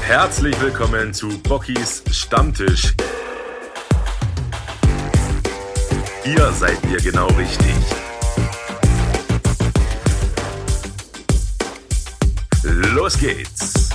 Herzlich willkommen zu Bockys Stammtisch. Hier seid ihr genau richtig. Los geht's!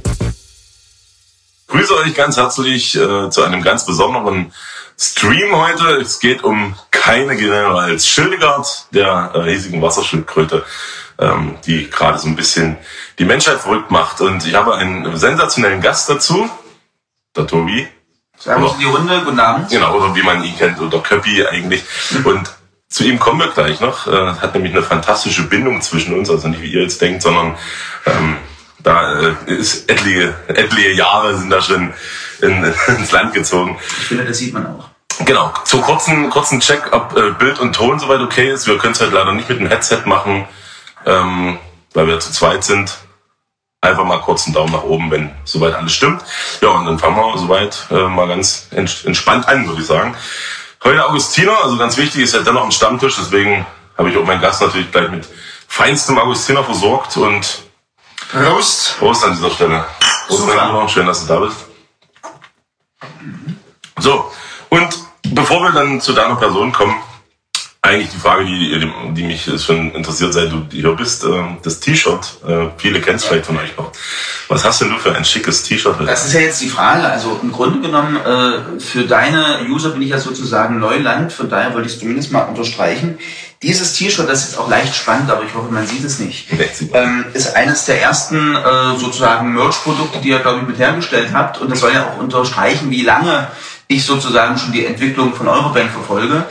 Ich grüße euch ganz herzlich zu einem ganz besonderen Stream heute. Es geht um keine geringere als Schildegard, der riesigen Wasserschildkröte, die gerade so ein bisschen die Menschheit verrückt macht. Und ich habe einen sensationellen Gast dazu, der Tobi. Servus in die Runde, guten Abend. Genau, oder wie man ihn kennt, oder Köppi eigentlich. Und zu ihm kommen wir gleich noch. Hat nämlich eine fantastische Bindung zwischen uns, also nicht wie ihr jetzt denkt, sondern da ist etliche Jahre sind da schon ins Land gezogen. Ich finde, das sieht man auch. Genau, zur kurzen Check, ob Bild und Ton soweit okay ist. Wir können es halt leider nicht mit dem Headset machen, weil wir zu zweit sind. Einfach mal kurz einen Daumen nach oben, wenn soweit alles stimmt. Ja, und dann fangen wir soweit mal ganz entspannt an, würde ich sagen. Heute Augustiner, also ganz wichtig, ist ja dennoch ein Stammtisch, deswegen habe ich auch meinen Gast natürlich gleich mit feinstem Augustiner versorgt und Prost! Prost an dieser Stelle. Prost, mein Bruder, schön, dass du da bist. So, und bevor wir dann zu deiner Person kommen, eigentlich die Frage, die mich schon interessiert, seit du hier bist, das T-Shirt. Viele kennen es vielleicht von euch noch. Was hast denn du für ein schickes T-Shirt? Das ist ja jetzt die Frage. Also im Grunde genommen, für deine User bin ich ja sozusagen Neuland. Von daher wollte ich es zumindest mal unterstreichen. Dieses T-Shirt, das ist jetzt auch leicht spannend, aber ich hoffe, man sieht es nicht, ist eines der ersten sozusagen Merch-Produkte, die ihr, glaube ich, mit hergestellt habt. Und das soll ja auch unterstreichen, wie lange ich sozusagen schon die Entwicklung von Eurobank verfolge.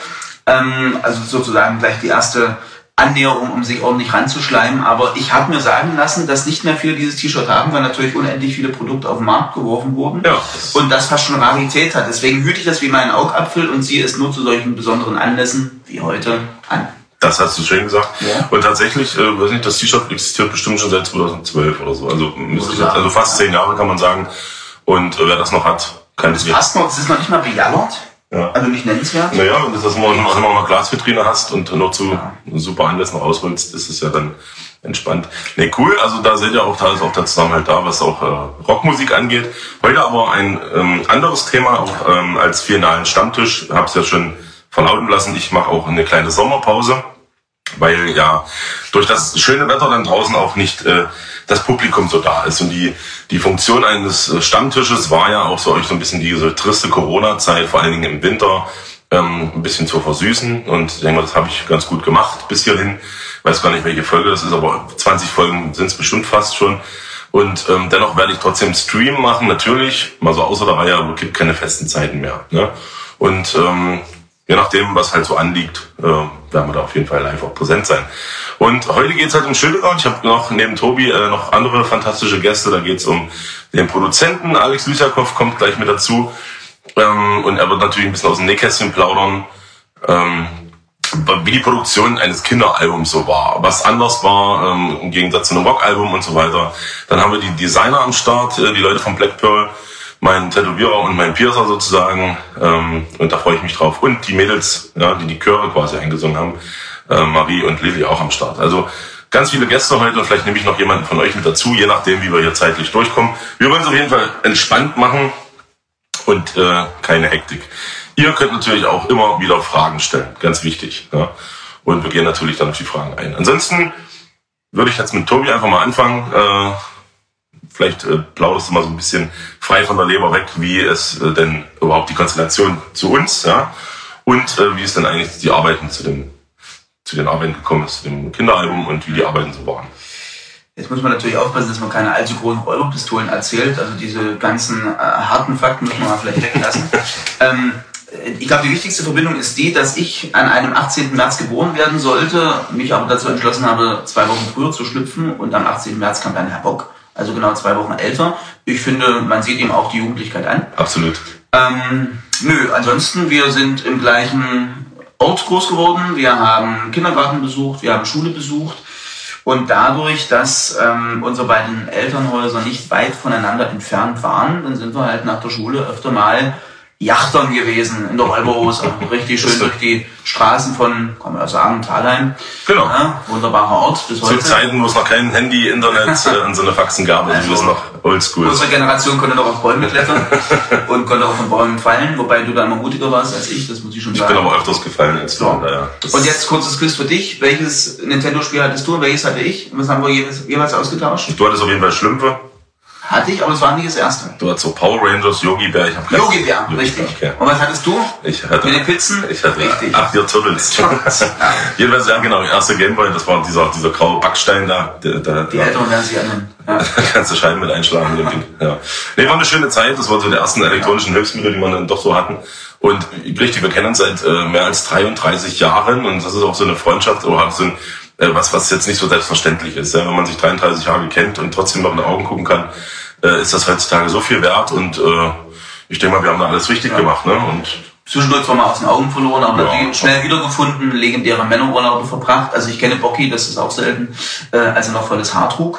Also sozusagen gleich die erste Annäherung, um sich ordentlich ranzuschleimen. Aber ich habe mir sagen lassen, dass nicht mehr viele dieses T-Shirt haben, weil natürlich unendlich viele Produkte auf den Markt geworfen wurden. Ja. Und das fast schon Rarität hat. Deswegen hüte ich das wie meinen Augapfel und ziehe es nur zu solchen besonderen Anlässen wie heute an. Das hast du schön gesagt. Ja. Und tatsächlich, weiß nicht, das T-Shirt existiert bestimmt schon seit 2012 oder so. Also fast 10 Jahre kann man sagen. Und wer das noch hat, kann es nicht. Das ist noch nicht mal bejallert. Ja. Also nicht nennenswert? Naja, wenn du das mal eine Glasvitrine hast und noch zu super Anlässen rausholst, ist es ja dann entspannt. Nee, cool, also da seht ihr auch, da ist auch der Zusammenhalt da, was auch Rockmusik angeht. Heute aber ein anderes Thema, auch als finalen Stammtisch. Hab's ja schon verlauten lassen, ich mache auch eine kleine Sommerpause, weil ja durch das schöne Wetter dann draußen auch nicht das Publikum so da ist. Und die Funktion eines Stammtisches war ja auch so euch so ein bisschen diese triste Corona-Zeit, vor allen Dingen im Winter, ein bisschen zu versüßen. Und ich denke mal, das habe ich ganz gut gemacht bis hierhin. Weiß gar nicht, welche Folge das ist, aber 20 Folgen sind es bestimmt fast schon. Und dennoch werde ich trotzdem Stream machen, natürlich, mal so außer der Reihe, aber es gibt keine festen Zeiten mehr. Ne? Und je nachdem, was halt so anliegt, werden wir da auf jeden Fall live auch präsent sein. Und heute geht's halt um Schildegard. Ich habe noch neben Tobi noch andere fantastische Gäste. Da geht's um den Produzenten. Alex Lysakow kommt gleich mit dazu. Und er wird natürlich ein bisschen aus dem Nähkästchen plaudern, wie die Produktion eines Kinderalbums so war. Was anders war im Gegensatz zu einem Rockalbum und so weiter. Dann haben wir die Designer am Start, die Leute von Black Pearl, mein Tätowierer und mein Piercer sozusagen, und da freue ich mich drauf. Und die Mädels, ja, die Chöre quasi eingesungen haben, Marie und Lilly auch am Start. Also ganz viele Gäste heute und vielleicht nehme ich noch jemanden von euch mit dazu, je nachdem, wie wir hier zeitlich durchkommen. Wir wollen es auf jeden Fall entspannt machen und keine Hektik. Ihr könnt natürlich auch immer wieder Fragen stellen, ganz wichtig. Ja? Und wir gehen natürlich dann auf die Fragen ein. Ansonsten würde ich jetzt mit Tobi einfach mal anfangen. Vielleicht plauderst du mal so ein bisschen frei von der Leber weg, wie es denn überhaupt die Konstellation zu uns, ja, und wie es denn eigentlich die Arbeiten zu den Arbeiten gekommen ist, zu dem Kinderalbum und wie die Arbeiten so waren. Jetzt muss man natürlich aufpassen, dass man keine allzu großen Euro-Pistolen erzählt. Also diese ganzen harten Fakten müssen wir mal vielleicht weglassen. Ich glaube, die wichtigste Verbindung ist die, dass ich an einem 18. März geboren werden sollte, mich aber dazu entschlossen habe, 2 Wochen früher zu schlüpfen und am 18. März kam dann Herr Bock. Also genau 2 Wochen älter. Ich finde, man sieht ihm auch die Jugendlichkeit an. Absolut. Ansonsten, wir sind im gleichen Ort groß geworden. Wir haben Kindergarten besucht, wir haben Schule besucht. Und dadurch, dass unsere beiden Elternhäuser nicht weit voneinander entfernt waren, dann sind wir halt nach der Schule öfter mal Yachtern gewesen in der Räuberhose. Richtig schön durch die Straßen von, kann man ja sagen, Thalheim. Genau. Ja, wunderbarer Ort bis heute. Zu Zeiten, wo es noch kein Handy, Internet und so eine Faxen gab. Also wir sind noch oldschool. Unsere Generation konnte noch auf Bäume klettern und konnte auch von Bäumen fallen, wobei du da immer mutiger warst als ich, das muss ich schon sagen. Ich bin aber öfters gefallen als du. Ja. Und jetzt kurzes Quiz für dich. Welches Nintendo-Spiel hattest du und welches hatte ich? Was haben wir jeweils ausgetauscht? Du hattest auf jeden Fall Schlümpfe. Hatte ich, aber es war nicht das erste. Du hattest so Power Rangers, Yogi Bär. Yogi Bär, richtig. Okay. Und was hattest du? Ich hatte... Mit den Pizzen? Ich hatte... Richtig. Ach, die Turtles. Ja. Jedenfalls, ja genau, erste Gameboy, das war dieser graue Backstein da. Die Älteren werden sich erinnern. Ja. Da kannst du Scheiben mit einschlagen. Ja. Nee, war eine schöne Zeit. Das war so die ersten elektronischen Hilfsmittel, die man dann doch so hatten. Und richtig, wir kennen uns seit mehr als 33 Jahren. Und das ist auch so eine Freundschaft, oder so ein... was jetzt nicht so selbstverständlich ist. Ja? Wenn man sich 33 Jahre kennt und trotzdem noch in die Augen gucken kann, ist das heutzutage so viel wert und ich denke mal, wir haben da alles richtig gemacht. Ne? Und zwischendurch waren wir aus den Augen verloren, aber natürlich schnell wiedergefunden, legendäre Männerurlaube verbracht. Also ich kenne Bocky, das ist auch selten, als er noch volles Haar trug.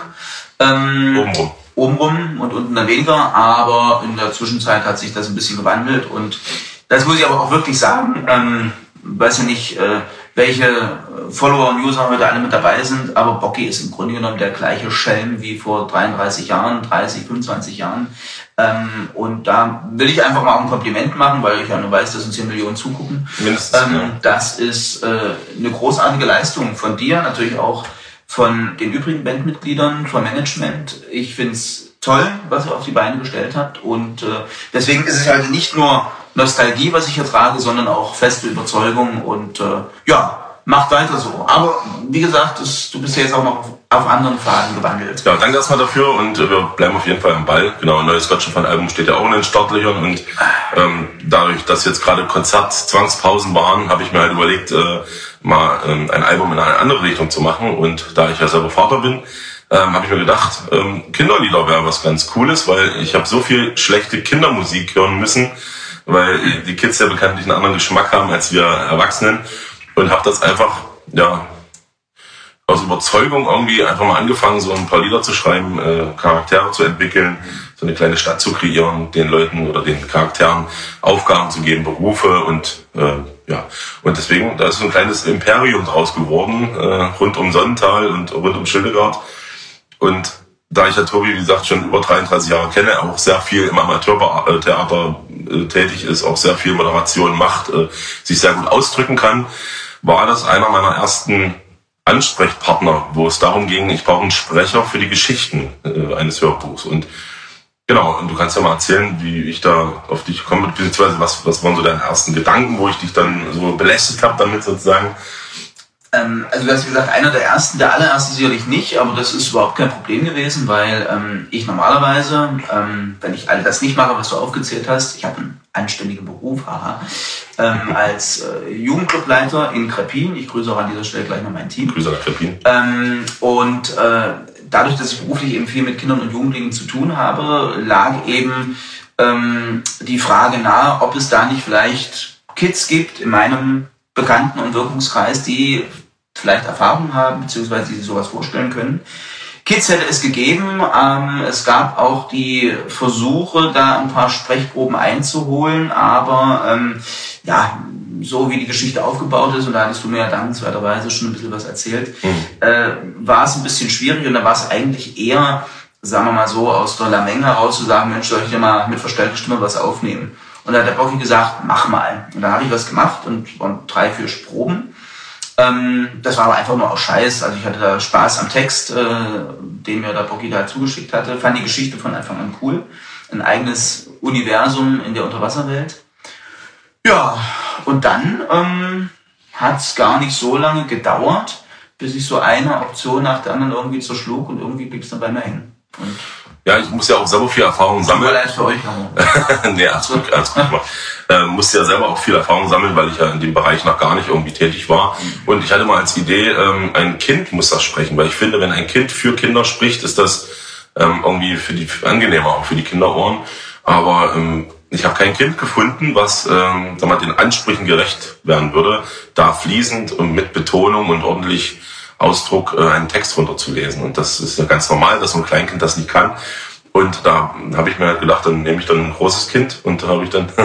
Obenrum und unten dann weniger, aber in der Zwischenzeit hat sich das ein bisschen gewandelt und das muss ich aber auch wirklich sagen, weiß ja nicht, welche Follower und User heute alle mit dabei sind, aber Bocky ist im Grunde genommen der gleiche Schelm wie vor 33 Jahren, 30, 25 Jahren. Und da will ich einfach mal ein Kompliment machen, weil ich ja nur weiß, dass uns 10 Millionen zugucken. Mindestens, ja. Das ist eine großartige Leistung von dir, natürlich auch von den übrigen Bandmitgliedern, vom Management. Ich find's toll, was ihr auf die Beine gestellt habt und deswegen ist es halt nicht nur Nostalgie, was ich hier trage, sondern auch feste Überzeugung und ja, macht weiter so. Aber wie gesagt, du bist ja jetzt auch noch auf anderen Faden gewandelt. Ja, danke erstmal dafür und wir bleiben auf jeden Fall am Ball. Genau, ein neues Gottschalk-Album steht ja auch in den Startlöchern und dadurch, dass jetzt gerade Konzert-Zwangspausen waren, habe ich mir halt überlegt, mal ein Album in eine andere Richtung zu machen und da ich ja selber Vater bin, habe ich mir gedacht, Kinderlieder wäre was ganz Cooles, weil ich habe so viel schlechte Kindermusik hören müssen, weil die Kids ja bekanntlich einen anderen Geschmack haben als wir Erwachsenen und habe das einfach, ja, aus Überzeugung irgendwie einfach mal angefangen, so ein paar Lieder zu schreiben, Charaktere zu entwickeln, so eine kleine Stadt zu kreieren, den Leuten oder den Charakteren Aufgaben zu geben, Berufe und ja. Und deswegen, da ist so ein kleines Imperium draus geworden, rund um Sonnental und rund um Schildegard. Und da ich ja Tobi, wie gesagt, schon über 33 Jahre kenne, auch sehr viel im Amateurtheater tätig ist, auch sehr viel Moderation macht, sich sehr gut ausdrücken kann, war das einer meiner ersten Ansprechpartner, wo es darum ging, ich brauche einen Sprecher für die Geschichten eines Hörbuchs. Und genau, und du kannst ja mal erzählen, wie ich da auf dich komme, beziehungsweise was waren so deine ersten Gedanken, wo ich dich dann so belästigt habe damit sozusagen. Also du hast gesagt, einer der ersten, der allererste sicherlich nicht, aber das ist überhaupt kein Problem gewesen, weil ich normalerweise, wenn ich all das nicht mache, was du aufgezählt hast, ich habe einen anständigen Beruf, als Jugendclubleiter in Krepin, ich grüße auch an dieser Stelle gleich mal mein Team. Grüße nach Krepin. Dadurch, dass ich beruflich eben viel mit Kindern und Jugendlichen zu tun habe, lag eben die Frage nahe, ob es da nicht vielleicht Kids gibt in meinem Bekannten- und Wirkungskreis, die vielleicht Erfahrung haben, beziehungsweise die sich sowas vorstellen können. Kids hätte es gegeben, es gab auch die Versuche, da ein paar Sprechproben einzuholen, aber ja, so wie die Geschichte aufgebaut ist, und da hattest du mir ja dankenswerterweise schon ein bisschen was erzählt, war es ein bisschen schwierig und da war es eigentlich eher, sagen wir mal so, aus der Lameng heraus zu sagen, Mensch, soll ich dir mal mit verstellter Stimme was aufnehmen? Und da hat der Bocky gesagt, mach mal. Und dann habe ich was gemacht und waren 3, 4 Proben. Das war aber einfach nur auch Scheiß. Also ich hatte da Spaß am Text, den mir der Bocky da zugeschickt hatte. Fand die Geschichte von Anfang an cool. Ein eigenes Universum in der Unterwasserwelt. Ja, und dann hat es gar nicht so lange gedauert, bis ich so eine Option nach der anderen irgendwie zerschlug und irgendwie blieb es dann bei mir hängen. Und ja, ich muss ja auch selber viel Erfahrung sammeln. Leid für euch, nee, alles gut. Musste ja selber auch viel Erfahrung sammeln, weil ich ja in dem Bereich noch gar nicht irgendwie tätig war. Und ich hatte mal als Idee, ein Kind muss das sprechen, weil ich finde, wenn ein Kind für Kinder spricht, ist das irgendwie angenehmer, auch für die Kinderohren. Aber ich habe kein Kind gefunden, was sag mal, den Ansprüchen gerecht werden würde, da fließend und mit Betonung und ordentlich Ausdruck einen Text runterzulesen. Und das ist ja ganz normal, dass so ein Kleinkind das nicht kann. Und da habe ich mir halt gedacht, dann nehme ich dann ein großes Kind und da habe ich dann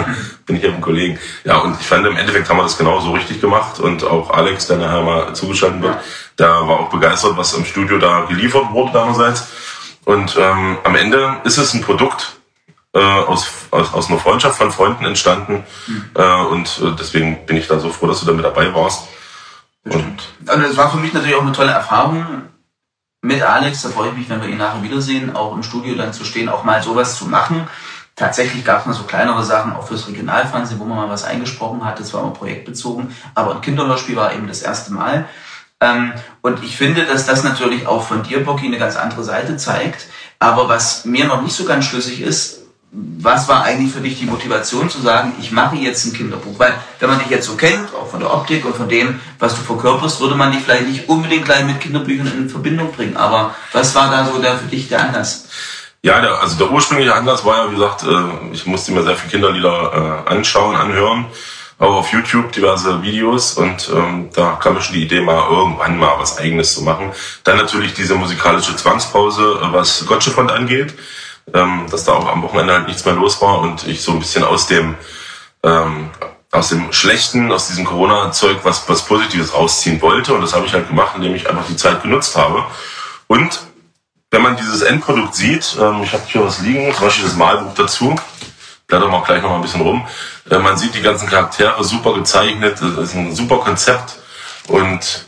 bin ich ja ein Kollegen. Ja, und ich fand, im Endeffekt haben wir das genauso richtig gemacht und auch Alex, der nachher mal zugeschaltet wird, der war auch begeistert, was im Studio da geliefert wurde damals. Und am Ende ist es ein Produkt aus einer Freundschaft von Freunden entstanden und deswegen bin ich da so froh, dass du da mit dabei warst. Und es war für mich natürlich auch eine tolle Erfahrung mit Alex, da freue ich mich, wenn wir ihn nachher wiedersehen, auch im Studio dann zu stehen, auch mal sowas zu machen. Tatsächlich gab es noch so kleinere Sachen, auch fürs Regionalfernsehen, wo man mal was eingesprochen hat, das war immer projektbezogen, aber ein Kinderhörspiel war eben das erste Mal. Und ich finde, dass das natürlich auch von dir, Bocky, eine ganz andere Seite zeigt, aber was mir noch nicht so ganz schlüssig ist, was war eigentlich für dich die Motivation zu sagen, ich mache jetzt ein Kinderbuch? Weil, wenn man dich jetzt so kennt, auch von der Optik und von dem, was du verkörperst, würde man dich vielleicht nicht unbedingt gleich mit Kinderbüchern in Verbindung bringen. Aber was war da so für dich der Anlass? Ja, der ursprüngliche Anlass war ja, wie gesagt, ich musste mir sehr viele Kinderlieder anschauen, anhören, auch auf YouTube diverse Videos und da kam mir schon die Idee, mal irgendwann mal was Eigenes zu machen. Dann natürlich diese musikalische Zwangspause, was Gottschefond angeht. Dass da auch am Wochenende halt nichts mehr los war und ich so ein bisschen aus dem Schlechten, aus diesem Corona-Zeug was Positives rausziehen wollte. Und das habe ich halt gemacht, indem ich einfach die Zeit genutzt habe. Und wenn man dieses Endprodukt sieht, ich habe hier was liegen, zum Beispiel das Malbuch dazu, blätter mal gleich noch mal ein bisschen rum, man sieht die ganzen Charaktere super gezeichnet, das ist ein super Konzept und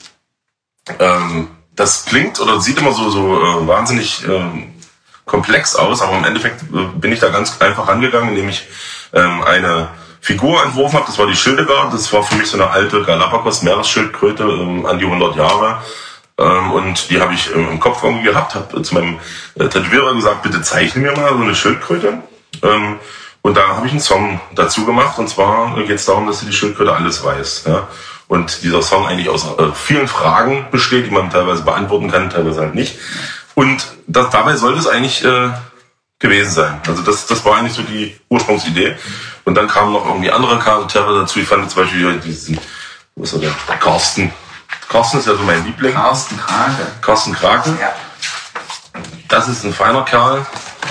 das klingt oder sieht immer so wahnsinnig komplex aus, aber im Endeffekt bin ich da ganz einfach rangegangen, indem ich eine Figur entworfen habe, das war die Schildegard, das war für mich so eine alte Galapagos-Meeresschildkröte an die 100 Jahre und die habe ich im Kopf irgendwie gehabt, habe zu meinem Tätowierer gesagt, bitte zeichne mir mal so eine Schildkröte und da habe ich einen Song dazu gemacht und zwar geht es darum, dass die Schildkröte alles weiß, ja? Und dieser Song eigentlich aus vielen Fragen besteht, die man teilweise beantworten kann, teilweise halt nicht. Und dabei sollte es eigentlich gewesen sein. Also das war eigentlich so die Ursprungsidee. Und dann kamen noch irgendwie andere Charaktere dazu. Ich fand zum Beispiel diesen, wo ist er denn? Carsten. Carsten ist ja so mein Liebling. Carsten Krake. Ja. Das ist ein feiner Kerl.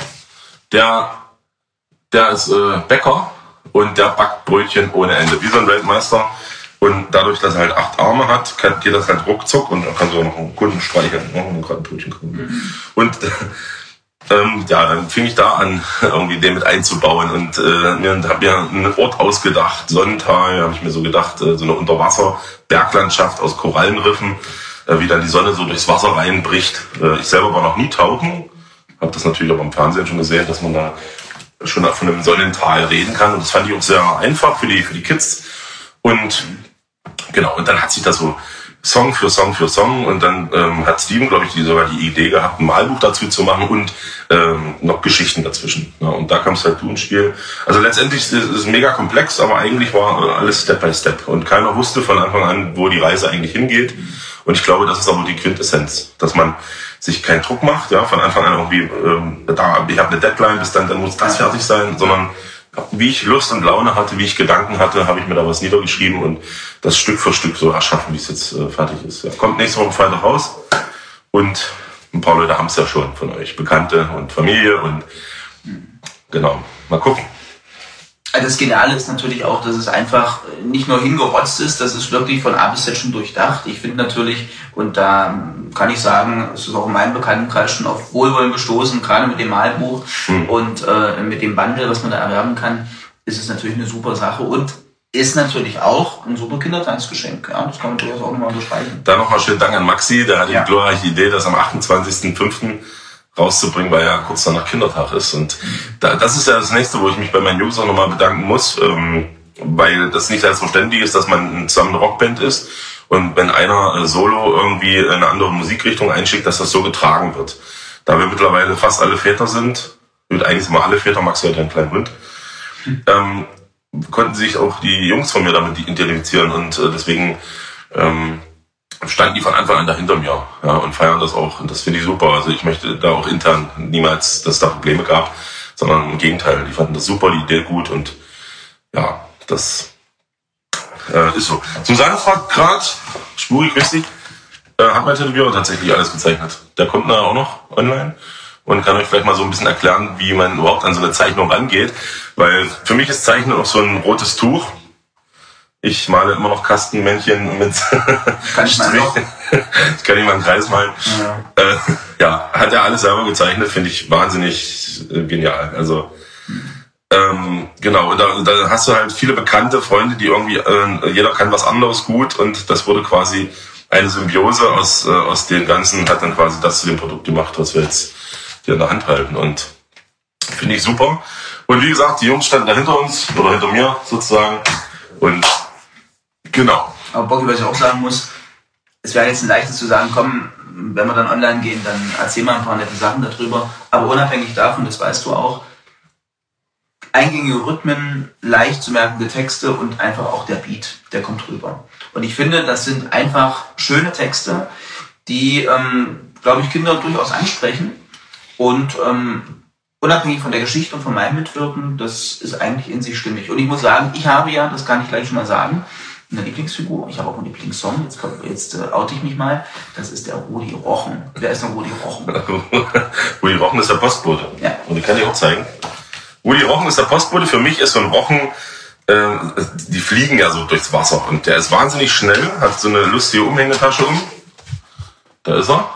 Der ist Bäcker und der backt Brötchen ohne Ende. Wie so ein Weltmeister. Und dadurch, dass er halt 8 Arme hat, geht das halt ruckzuck und er kann so noch einen Kunden streicheln, und gerade ein Brötchen kriegen. Und dann fing ich da an, irgendwie den mit einzubauen und habe mir einen Ort ausgedacht, Sonnental, habe ich mir so gedacht, so eine Unterwasser-Berglandschaft aus Korallenriffen, wie dann die Sonne so durchs Wasser reinbricht. Ich selber war noch nie tauchen, habe das natürlich auch im Fernsehen schon gesehen, dass man da schon von einem Sonnental reden kann und das fand ich auch sehr einfach für die Kids. Und genau, und dann hat sich das so Song für Song für Song und dann hat Steven, glaube ich, sogar die Idee gehabt, ein Malbuch dazu zu machen und noch Geschichten dazwischen. Ja, und da kam es halt ins Spiel. Also letztendlich ist es mega komplex, aber eigentlich war alles Step by Step und keiner wusste von Anfang an, wo die Reise eigentlich hingeht. Und ich glaube, das ist aber die Quintessenz, dass man sich keinen Druck macht, ja, von Anfang an irgendwie, ich habe eine Deadline, bis dann muss das fertig sein, sondern wie ich Lust und Laune hatte, wie ich Gedanken hatte, habe ich mir da was niedergeschrieben und das Stück für Stück so erschaffen, wie es jetzt fertig ist. Ja, kommt nächste Woche Freitag raus und ein paar Leute haben es ja schon von euch, Bekannte und Familie und genau, mal gucken. Das Geniale ist natürlich auch, dass es einfach nicht nur hingerotzt ist, das ist wirklich von A bis Z schon durchdacht. Ich finde natürlich, und da kann ich sagen, es ist auch in meinem Bekanntenkreis schon auf Wohlwollen gestoßen, gerade mit dem Malbuch und mit dem Bundle, was man da erwerben kann, ist es natürlich eine super Sache und ist natürlich auch ein super Kindertanzgeschenk. Ja, das kann man durchaus auch nochmal unterstreichen. Dann nochmal schönen Dank an Maxi, der hat die glorreiche Idee, das am 28.05. rauszubringen, weil ja kurz danach Kindertag ist. Und das ist ja das Nächste, wo ich mich bei meinen Jungs auch nochmal bedanken muss, weil das nicht selbstverständlich ist, dass man zusammen eine Rockband ist und wenn einer solo irgendwie eine andere Musikrichtung einschickt, dass das so getragen wird. Da wir mittlerweile fast alle Väter sind, eigentlich sind wir alle Väter, Max hat einen kleinen Hund, konnten sich auch die Jungs von mir damit identifizieren und deswegen standen die von Anfang an da hinter mir, ja, und feiern das auch. Und das finde ich super. Also ich möchte da auch intern niemals, dass es da Probleme gab, sondern im Gegenteil. Die fanden das super, die Idee gut und ja, das ist so. Zum Sandfraggrad, spurig wichtig, hat mein Tätowierer tatsächlich alles gezeichnet. Der kommt nachher auch noch online und kann euch vielleicht mal so ein bisschen erklären, wie man überhaupt an so eine Zeichnung rangeht. Weil für mich ist Zeichnen auch so ein rotes Tuch. Ich male immer noch Kastenmännchen mit Kann ich mal noch? Ich kann nicht mal einen Kreis malen. Ja, hat er alles selber gezeichnet, finde ich wahnsinnig genial. Also genau, da hast du halt viele bekannte Freunde, die irgendwie, jeder kann was anderes gut und das wurde quasi eine Symbiose aus den Ganzen, hat dann quasi das zu dem Produkt gemacht, was wir jetzt hier in der Hand halten und finde ich super. Und wie gesagt, die Jungs standen da hinter uns, oder hinter mir sozusagen und genau. Aber Bocky, was ich auch sagen muss, es wäre jetzt ein leichtes zu sagen, komm, wenn wir dann online gehen, dann erzähl mal ein paar nette Sachen darüber, aber unabhängig davon, das weißt du auch, eingängige Rhythmen, leicht zu merkende Texte und einfach auch der Beat, der kommt rüber. Und ich finde, das sind einfach schöne Texte, die, glaube ich, Kinder durchaus ansprechen. Und unabhängig von der Geschichte und von meinem Mitwirken, das ist eigentlich in sich stimmig. Und ich muss sagen, ich habe ja, das kann ich gleich schon mal sagen, eine Lieblingsfigur. Ich habe auch einen Lieblingssong. Jetzt oute ich mich mal. Das ist der Rudi Rochen. Wer ist denn Rudi Rochen? Rudi Rochen ist der Postbote. Ja. Und ich kann dir auch zeigen. Rudi Rochen ist der Postbote. Für mich ist so ein Rochen, die fliegen ja so durchs Wasser. Und der ist wahnsinnig schnell, hat so eine lustige Umhängetasche um. Da ist er.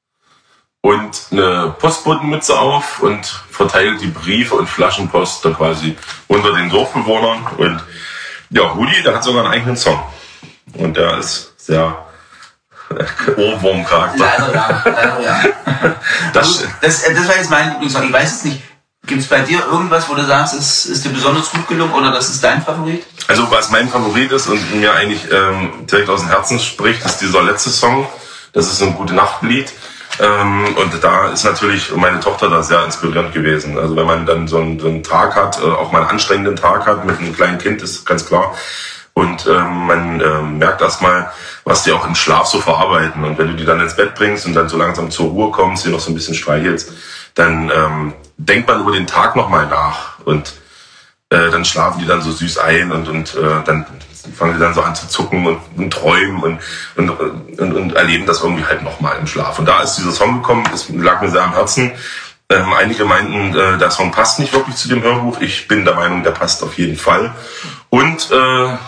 Und eine Postbotenmütze auf und verteilt die Briefe und Flaschenpost da quasi unter den Dorfbewohnern. Und ja, Rudi, der hat sogar einen eigenen Song. Und der ist sehr Ohrwurm-Charakter. Leider ja. Das war jetzt mein Lieblingssong. Ich weiß es nicht. Gibt es bei dir irgendwas, wo du sagst, es ist dir besonders gut gelungen oder das ist dein Favorit? Also was mein Favorit ist und mir eigentlich direkt aus dem Herzen spricht, ist dieser letzte Song. Das ist so ein Gute-Nacht-Lied. Und da ist natürlich meine Tochter da sehr inspirierend gewesen. Also wenn man dann so einen Tag hat, auch mal einen anstrengenden Tag hat mit einem kleinen Kind, ist ganz klar. Und man merkt erstmal, was die auch im Schlaf so verarbeiten. Und wenn du die dann ins Bett bringst und dann so langsam zur Ruhe kommst, die noch so ein bisschen streichelst, dann denkt man über den Tag nochmal nach. Und dann schlafen die dann so süß ein und dann fangen die dann so an zu zucken und träumen und erleben das irgendwie halt nochmal im Schlaf. Und da ist dieser Song gekommen, es lag mir sehr am Herzen. Einige meinten, der Song passt nicht wirklich zu dem Hörbuch. Ich bin der Meinung, der passt auf jeden Fall. Und da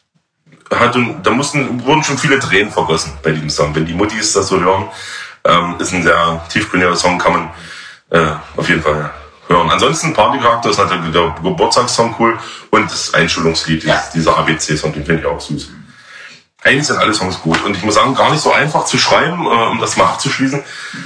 wurden schon viele Tränen vergossen bei diesem Song. Wenn die Muttis das so hören, ist ein sehr tiefgründiger Song, kann man auf jeden Fall hören. Ansonsten Partycharakter ist natürlich der Geburtstagssong cool und das Einschulungslied, dieser ABC-Song, den finde ich auch süß. Eigentlich sind alle Songs gut und ich muss sagen, gar nicht so einfach zu schreiben, um das mal abzuschließen,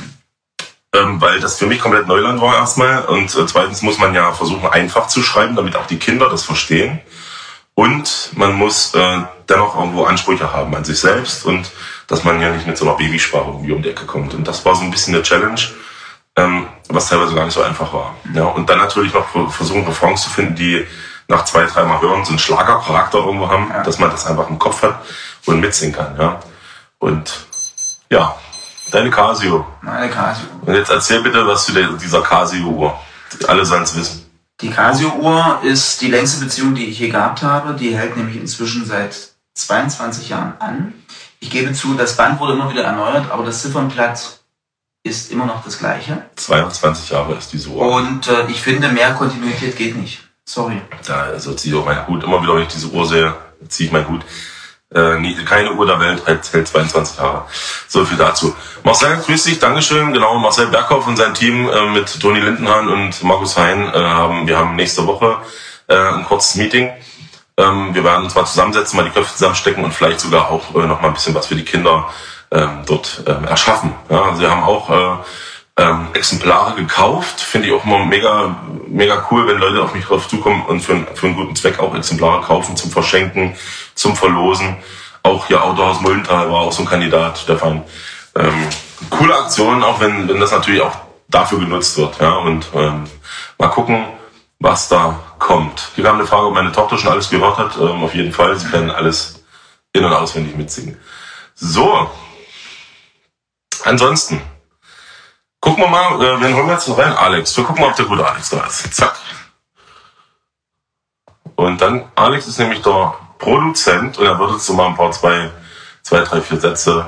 weil das für mich komplett Neuland war erstmal und zweitens muss man ja versuchen, einfach zu schreiben, damit auch die Kinder das verstehen und man muss dennoch irgendwo Ansprüche haben an sich selbst und dass man ja nicht mit so einer Babysprache irgendwie um die Ecke kommt und das war so ein bisschen eine Challenge, was teilweise gar nicht so einfach war. Ja, und dann natürlich noch versuchen, Refrains zu finden, die nach 2-3 Mal hören so einen Schlagercharakter irgendwo haben, dass man das einfach im Kopf hat und mitsingen kann. Ja. Und ja, deine Casio. Meine Casio. Und jetzt erzähl bitte was zu dieser Casio-Uhr. Alle sollen es wissen. Die Casio-Uhr ist die längste Beziehung, die ich je gehabt habe. Die hält nämlich inzwischen seit 22 Jahren an. Ich gebe zu, das Band wurde immer wieder erneuert, aber das Ziffernblatt ist immer noch das gleiche. 22 Jahre ist diese Uhr. Und ich finde, mehr Kontinuität geht nicht. Sorry. Da also ziehe ich auch meinen Hut. Immer wieder, wenn ich diese Uhr sehe, ziehe ich meinen Hut. Keine Uhr der Welt hält 22 Jahre. So viel dazu. Marcel, grüß dich, Dankeschön. Genau, Marcel Berghoff und sein Team mit Toni Lindenhahn und Markus Hein wir haben nächste Woche ein kurzes Meeting. Wir werden uns mal zusammensetzen, mal die Köpfe zusammenstecken und vielleicht sogar auch noch mal ein bisschen was für die Kinder dort erschaffen. Ja, sie haben auch Exemplare gekauft. Finde ich auch immer mega, mega cool, wenn Leute auf mich drauf zukommen und für einen guten Zweck auch Exemplare kaufen zum Verschenken, zum Verlosen. Auch hier Autohaus Mullental war auch so ein Kandidat, Stefan. Coole Aktion, auch wenn das natürlich auch dafür genutzt wird. Ja, und mal gucken, was da kommt. Hier kam eine Frage, ob meine Tochter schon alles gehört hat. Auf jeden Fall, sie kann alles in- und auswendig mitsingen. So. Ansonsten. Gucken wir mal, wen holen wir jetzt rein? Alex. Wir gucken mal, ob der gute Alex da ist. Zack. Und dann, Alex ist nämlich der Produzent und er wird uns so mal ein paar 2, 3, 4 Sätze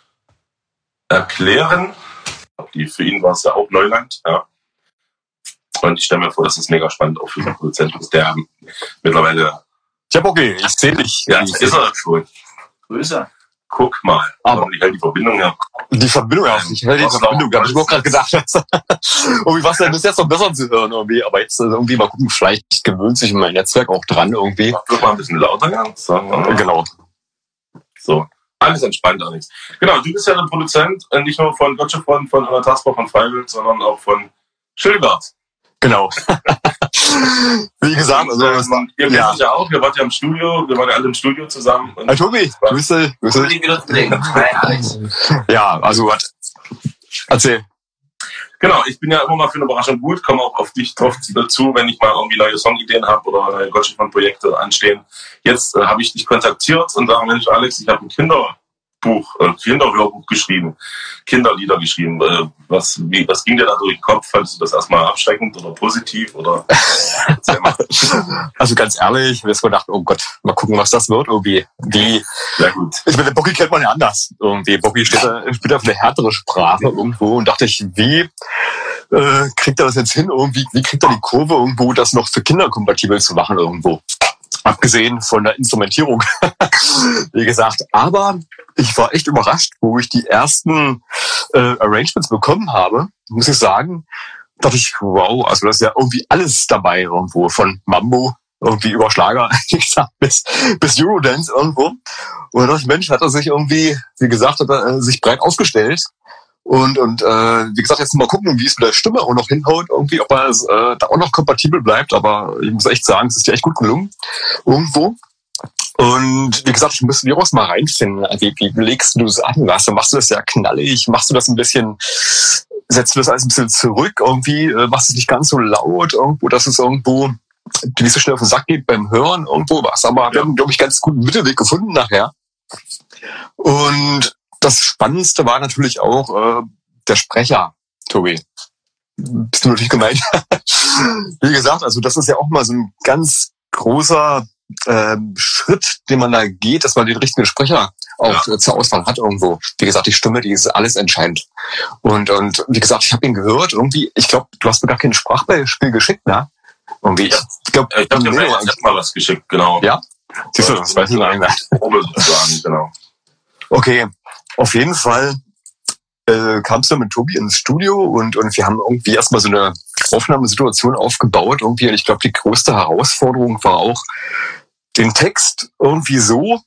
erklären. Für ihn war es ja auch Neuland. Ja. Und ich stelle mir vor, dass es mega spannend auch für den Produzenten ist, der mittlerweile... Ja, okay, ich sehe dich. Ja, ist er schon. Größer. Guck mal, aber ich hält die Verbindung her. Die Verbindung, ja. Ich hält die Verbindung, habe ich mir auch gerade gedacht. Irgendwie was denn bis jetzt noch besser zu hören irgendwie, aber jetzt irgendwie mal gucken, vielleicht gewöhnt sich mein Netzwerk auch dran irgendwie. Wird mal ein bisschen lauter, ja. Genau. So, alles entspannt, Alex. Genau, du bist ja der Produzent, nicht nur von Gottschalk, von Anna Tasper, von Freiwild, sondern auch von Schildgard. Genau. Wie gesagt, also ihr kennt euch ja auch, wir waren ja im Studio, wir waren ja alle im Studio zusammen. Hi Tobi, Grüße. Hi Alex. Ja, also was? Erzähl. Genau, ich bin ja immer mal für eine Überraschung gut, komme auch auf dich drauf dazu, wenn ich mal irgendwie neue Songideen habe oder neue Gottschalk-Projekte anstehen. Jetzt habe ich dich kontaktiert und sage, Mensch Alex, ich habe ein Kinderhörbuch geschrieben, Kinderlieder geschrieben. Was ging dir da durch den Kopf? Fandest du das erstmal abschreckend oder positiv? Oder? Also ganz ehrlich, ich habe jetzt gedacht, oh Gott, mal gucken, was das wird. Irgendwie. Ja, gut. Ich meine, Bocki kennt man ja anders. Irgendwie. Bocki spielt auf eine härtere Sprache irgendwo und dachte ich, wie kriegt er das jetzt hin? Irgendwie, wie kriegt er die Kurve irgendwo, das noch für Kinder kompatibel zu machen irgendwo? Abgesehen von der Instrumentierung, wie gesagt. Aber ich war echt überrascht, wo ich die ersten Arrangements bekommen habe, muss ich sagen, dachte ich, wow, also das ist ja irgendwie alles dabei irgendwo, von Mambo, irgendwie über Schlager, wie gesagt, bis Eurodance irgendwo. Und da dachte ich, Mensch, hat er sich irgendwie, wie gesagt, hat er sich breit aufgestellt. Und wie gesagt, jetzt mal gucken, wie es mit der Stimme auch noch hinhaut, irgendwie, ob er da auch noch kompatibel bleibt. Aber ich muss echt sagen, es ist ja echt gut gelungen irgendwo. Und wie gesagt, ich müsste die auch mal reinfinden. Wie legst du das an? Machst du das ja knallig? Machst du das ein bisschen, setzt du das alles ein bisschen zurück? Irgendwie machst du es nicht ganz so laut irgendwo, dass es irgendwo nicht so schnell auf den Sack geht beim Hören irgendwo was. Aber wir haben, glaube ich, ganz guten Mittelweg gefunden nachher. Und das Spannendste war natürlich auch der Sprecher, Tobi. Bist du natürlich gemeint? Wie gesagt, also das ist ja auch mal so ein ganz großer Schritt, den man da geht, dass man den richtigen Sprecher auch zur Auswahl hat irgendwo. Wie gesagt, die Stimme, die ist alles entscheidend. Und wie gesagt, ich habe ihn gehört, irgendwie, ich glaube, du hast mir gar kein Sprachbeispiel geschickt, ne? Irgendwie, ich glaube, ich habe mal was geschickt, genau. Ja? Siehst du, das weiß ich noch nicht. Probe sozusagen, genau. Okay, auf jeden Fall kamst du mit Tobi ins Studio und wir haben irgendwie erstmal so eine Aufnahmesituation aufgebaut irgendwie. Und ich glaube, die größte Herausforderung war auch, den Text irgendwie so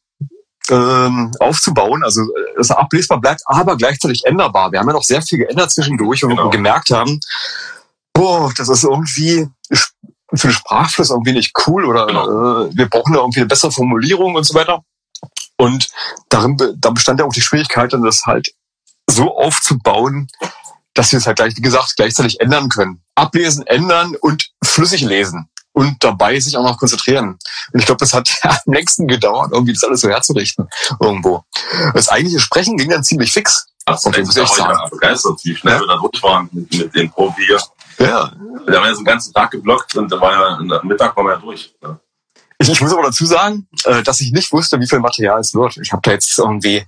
aufzubauen, also dass er ablesbar bleibt, aber gleichzeitig änderbar. Wir haben ja noch sehr viel geändert zwischendurch und gemerkt haben, boah, das ist irgendwie für den Sprachfluss irgendwie nicht cool oder wir brauchen da irgendwie eine bessere Formulierung und so weiter. Und da bestand ja auch die Schwierigkeit, dann das halt so aufzubauen, dass wir es halt gleichzeitig ändern können. Ablesen, ändern und flüssig lesen. Und dabei sich auch noch konzentrieren. Und ich glaube, das hat am längsten gedauert, irgendwie das alles so herzurichten irgendwo. Das eigentliche Sprechen ging dann ziemlich fix. Das muss ich sagen. Begeistert, wie schnell wir da durch waren mit dem Profi hier. Ja. Wir haben ja so den ganzen Tag geblockt und am Mittag waren wir ja durch. Ja. Ich muss aber dazu sagen, dass ich nicht wusste, wie viel Material es wird. Ich habe da jetzt irgendwie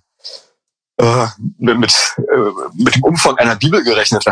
mit dem Umfang einer Bibel gerechnet.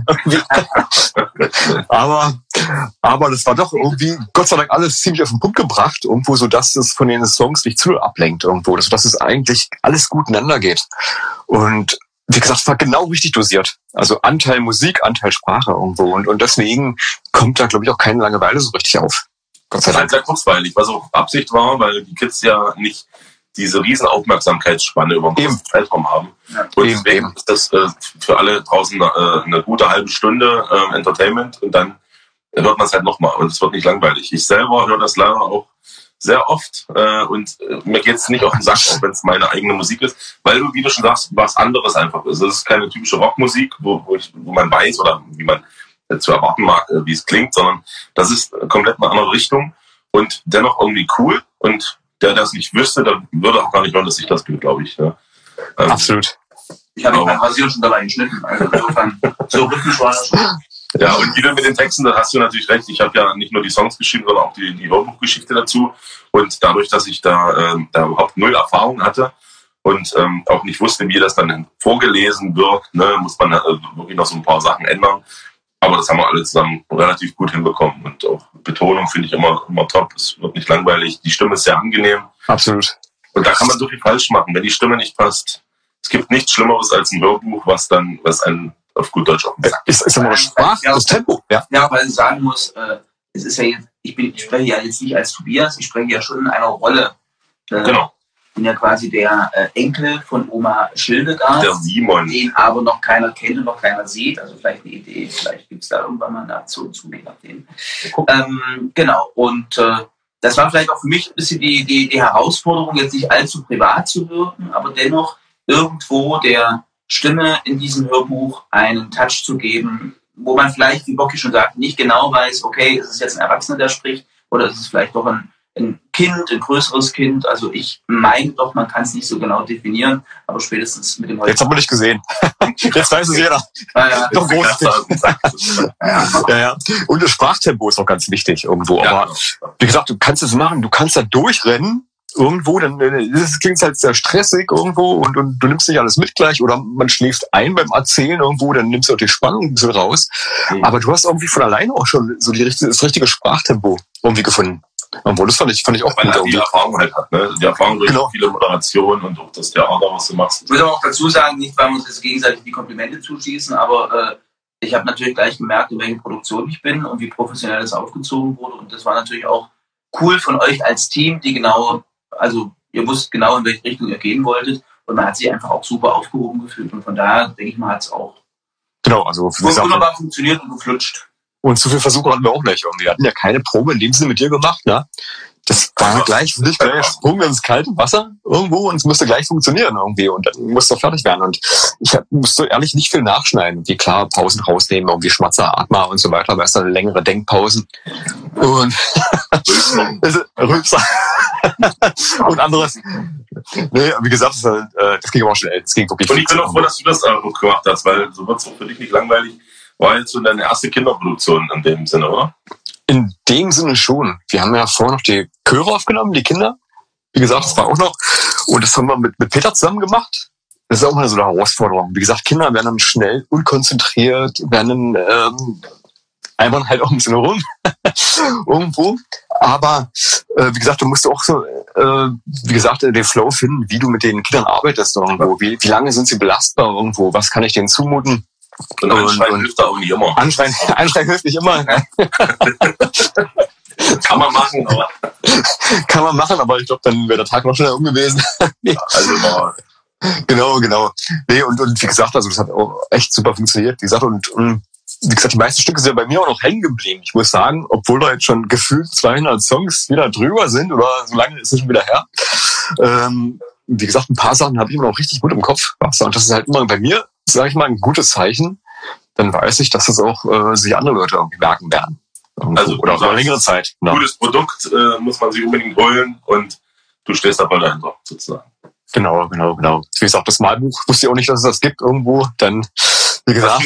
aber das war doch irgendwie, Gott sei Dank, alles ziemlich auf den Punkt gebracht, irgendwo, so dass es von den Songs nicht zu ablenkt irgendwo, dass es eigentlich alles gut ineinander geht. Und wie gesagt, es war genau richtig dosiert. Also Anteil Musik, Anteil Sprache irgendwo. Und deswegen kommt da, glaube ich, auch keine Langeweile so richtig auf. Gott sei Dank. Das ist halt sehr kurzweilig, was auch Absicht war, weil die Kids ja nicht diese riesen Aufmerksamkeitsspanne über einen kurzen Zeitraum haben. Ja. Und deswegen ist das für alle draußen eine gute halbe Stunde Entertainment und dann hört man es halt nochmal und es wird nicht langweilig. Ich selber höre das leider auch sehr oft und mir geht's nicht auf den Sack, auch wenn es meine eigene Musik ist, weil du, wie du schon sagst, was anderes einfach ist. Das ist keine typische Rockmusik, wo man weiß oder wie man zu erwarten mag, wie es klingt, sondern das ist komplett eine andere Richtung und dennoch irgendwie cool und der das nicht wüsste, dann würde auch gar nicht hören, dass ich das bin, glaube ich. Ja. Absolut. Ich habe mein Rasier schon dabei geschnitten. Also insofern, so rhythmisch war das schon. Ja, und wieder mit den Texten, da hast du natürlich recht. Ich habe ja nicht nur die Songs geschrieben, sondern auch die Hörbuchgeschichte dazu. Und dadurch, dass ich da überhaupt null Erfahrung hatte und auch nicht wusste, wie das dann vorgelesen wird, ne, muss man wirklich noch so ein paar Sachen ändern. Aber das haben wir alle zusammen relativ gut hinbekommen. Und auch Betonung finde ich immer top. Es wird nicht langweilig. Die Stimme ist sehr angenehm. Absolut. Und da kann man so viel falsch machen, wenn die Stimme nicht passt. Es gibt nichts Schlimmeres als ein Hörbuch, was einen auf gut Deutsch auch sagt. Ist immer das Tempo. Ja, weil ich sagen muss, es ist ja jetzt, ich spreche ja jetzt nicht als Tobias, ich spreche ja schon in einer Rolle. Genau. Ich bin ja quasi der Enkel von Oma Schildegard, der Simon, den aber noch keiner kennt und noch keiner sieht. Also vielleicht eine Idee, vielleicht gibt es da irgendwann mal eine Aktion zu, je nachdem. Genau, und das war vielleicht auch für mich ein bisschen die Herausforderung, jetzt nicht allzu privat zu wirken, aber dennoch irgendwo der Stimme in diesem Hörbuch einen Touch zu geben, wo man vielleicht, wie Bocky schon sagt, nicht genau weiß, okay, ist es jetzt ein Erwachsener, der spricht, oder ist es vielleicht doch ein Kind, ein größeres Kind. Also ich meine doch, man kann es nicht so genau definieren, aber spätestens mit dem Jetzt haben wir nicht gesehen. Jetzt weiß es jeder. Doch groß. Ja. Und das Sprachtempo ist auch ganz wichtig irgendwo. Ja, aber wie gesagt, du kannst es machen, du kannst da durchrennen irgendwo, dann das klingt halt sehr stressig irgendwo und du nimmst nicht alles mit gleich oder man schläft ein beim Erzählen irgendwo, dann nimmst du auch die Spannung ein bisschen raus. Aber du hast irgendwie von alleine auch schon so das richtige Sprachtempo irgendwie gefunden. Obwohl, das fand ich auch gut. Weil er die Erfahrung halt hat, ne? Die Erfahrung durch viele Moderationen und auch das Theater, was du machst. Ich muss aber auch dazu sagen, nicht weil wir uns jetzt gegenseitig die Komplimente zuschießen, aber ich habe natürlich gleich gemerkt, in welcher Produktion ich bin und wie professionell das aufgezogen wurde. Und das war natürlich auch cool von euch als Team, die ihr wusst genau, in welche Richtung ihr gehen wolltet. Und man hat sich einfach auch super aufgehoben gefühlt. Und von daher, denke ich mal, hat es auch wunderbar funktioniert und geflutscht. Und zu viel Versuche hatten wir auch nicht. Wir hatten ja keine Probe in dem Sinne mit dir gemacht, ne? Das war gleich Sprung ins kalte Wasser irgendwo und es musste gleich funktionieren irgendwie und dann musste fertig werden. Und ich musste ehrlich nicht viel nachschneiden. Wie klar, Pausen rausnehmen, irgendwie Schmatzer, Atma und so weiter, aber es dann längere Denkpausen. Und Rülpser. Und anderes. Nee, wie gesagt, das ging aber schnell. Das ging wirklich. Und ich bin auch froh, dass du das auch gemacht hast, weil so wird es auch für dich nicht langweilig. War jetzt so deine erste Kinderproduktion in dem Sinne, oder? In dem Sinne schon. Wir haben ja vorher noch die Chöre aufgenommen, die Kinder. Wie gesagt, das war auch noch. Und das haben wir mit Peter zusammen gemacht. Das ist auch mal so eine Herausforderung. Wie gesagt, Kinder werden dann schnell unkonzentriert, werden einfach halt auch ein bisschen rum irgendwo. Aber wie gesagt, du musst auch so, den Flow finden, wie du mit den Kindern arbeitest irgendwo. Wie lange sind sie belastbar irgendwo? Was kann ich denen zumuten? Und Anschreien hilft da auch nicht immer. Anschreien hilft nicht immer. Kann man machen, aber ich glaube, dann wäre der Tag noch schneller gewesen. Also Genau. Nee, und wie gesagt, also das hat auch echt super funktioniert, wie gesagt, und wie gesagt, die meisten Stücke sind ja bei mir auch noch hängen geblieben. Ich muss sagen, obwohl da jetzt schon gefühlt 200 Songs wieder drüber sind, oder so lange ist es schon wieder her, wie gesagt, ein paar Sachen habe ich immer noch richtig gut im Kopf. Und das ist halt immer bei mir, sage ich mal, ein gutes Zeichen. Dann weiß ich, dass das auch sich andere Leute irgendwie merken werden. Also, oder auch eine längere Zeit. Ein gutes Produkt muss man sich unbedingt holen und du stehst dabei dahinter, sozusagen. Genau. Wie gesagt, das Malbuch wusste ich auch nicht, dass es das gibt irgendwo. Dann, wie gesagt,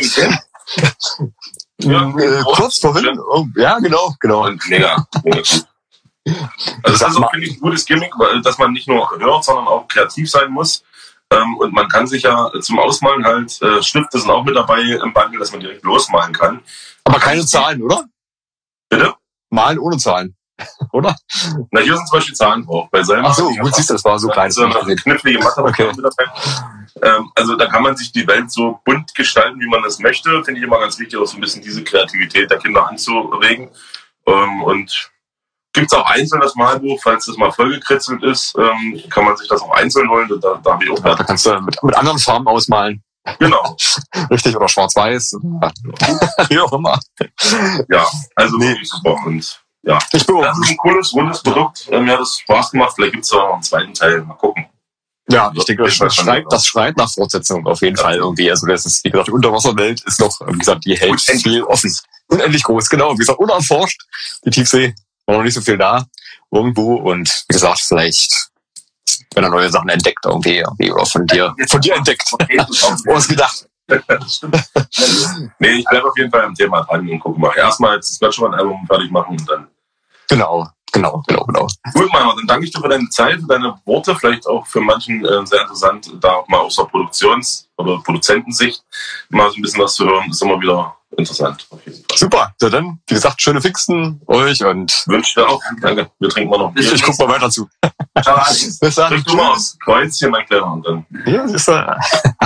kurz vorhin. Ja, genau. Und mega gut. Also das ist auch, finde ich, ein gutes Gimmick, dass man nicht nur hört, sondern auch kreativ sein muss. Und man kann sich ja zum Ausmalen halt, Stifte sind auch mit dabei im Bundle, dass man direkt losmalen kann. Aber keine Zahlen, oder? Bitte? Malen ohne Zahlen, oder? Na, hier sind zum Beispiel Zahlen drauf. Bei Ach so, gut, siehst du, das war so klein. So eine knifflige Mathe mit dabei. Also da kann man sich die Welt so bunt gestalten, wie man das möchte. Finde ich immer ganz wichtig, auch so ein bisschen diese Kreativität der Kinder anzuregen. Und gibt es auch einzeln das Malbuch, falls das mal vollgekritzelt ist, kann man sich das auch einzeln holen. Da habe ich auch da kannst du mit anderen Farben ausmalen. Genau. Richtig, oder schwarz-weiß. Wie auch immer. Ja, also wirklich super. Und ja, das ist ein cooles, rundes Produkt. Mir hat es Spaß gemacht. Vielleicht gibt es auch noch einen zweiten Teil. Mal gucken. Ja, ich denke, das schreit nach Fortsetzung auf jeden Fall irgendwie. Also das ist, wie gesagt, die Unterwasserwelt ist noch, wie gesagt, die hält viel offen. Unendlich groß, genau. Wie gesagt, unerforscht. Die Tiefsee war noch nicht so viel da irgendwo. Und wie gesagt, vielleicht, wenn er neue Sachen entdeckt irgendwie oder von dir entdeckt. Ausgedacht. Nee, ich bleibe auf jeden Fall am Thema dran und gucke mal. Erstmal jetzt das Bachelor-Album fertig machen und dann. Genau. Gut, Mama, dann danke ich dir für deine Zeit, für deine Worte, vielleicht auch für manchen sehr interessant, da auch mal aus der Produzentensicht mal so ein bisschen was zu hören, ist immer wieder interessant. Auf jeden Fall. Super, ja, dann, wie gesagt, schöne Pfingsten euch und wünsche dir auch. Danke. Wir trinken mal noch. Ich guck mal weiter zu. Ciao, Alex. Bis dann. Drück du mal aus Kreuzchen, mein Kleiner. Und dann. Ja, ist ja.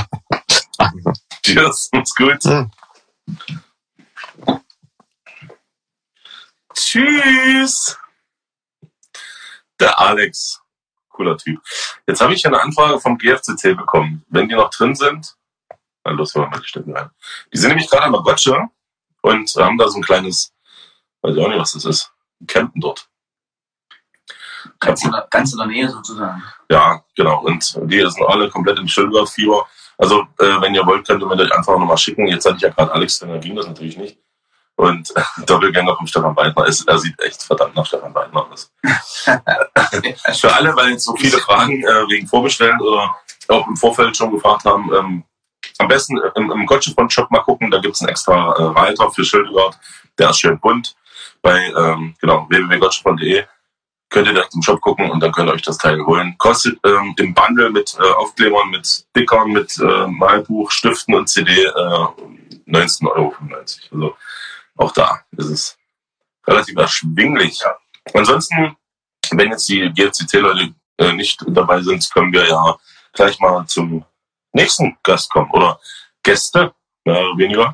Cheers, macht's gut. Mhm. Tschüss. Der Alex. Cooler Typ. Jetzt habe ich eine Anfrage vom GFCC bekommen. Wenn die noch drin sind, dann los, wir mal die Stimmen rein. Die sind nämlich gerade an der Gotsche und haben da so ein kleines, weiß ich auch nicht, was das ist, campen dort. Ganz in der Nähe sozusagen. Ja, genau. Und die sind alle komplett im Schildwart-Fieber. Also, wenn ihr wollt, könnt ihr mir euch einfach nochmal schicken. Jetzt hatte ich ja gerade Alex, dann ging das natürlich nicht. Und Doppelgänger vom Stefan Weidner. Er sieht echt verdammt nach Stefan Weidner aus. Für alle, weil jetzt so viele Fragen wegen Vorbestellen oder auch im Vorfeld schon gefragt haben, am besten im Gotschefront-Shop mal gucken. Da gibt es einen extra Reiter für Schildgard. Der ist schön bunt. Bei www.gotschefront.de könnt ihr direkt im Shop gucken und dann könnt ihr euch das Teil holen. Kostet im Bundle mit Aufklebern, mit Stickern, mit Malbuch, Stiften und CD 19,95 €. Also auch da ist es relativ erschwinglich. Ansonsten, wenn jetzt die GFCC-Leute nicht dabei sind, können wir ja gleich mal zum nächsten Gast kommen. Oder Gäste, mehr oder weniger.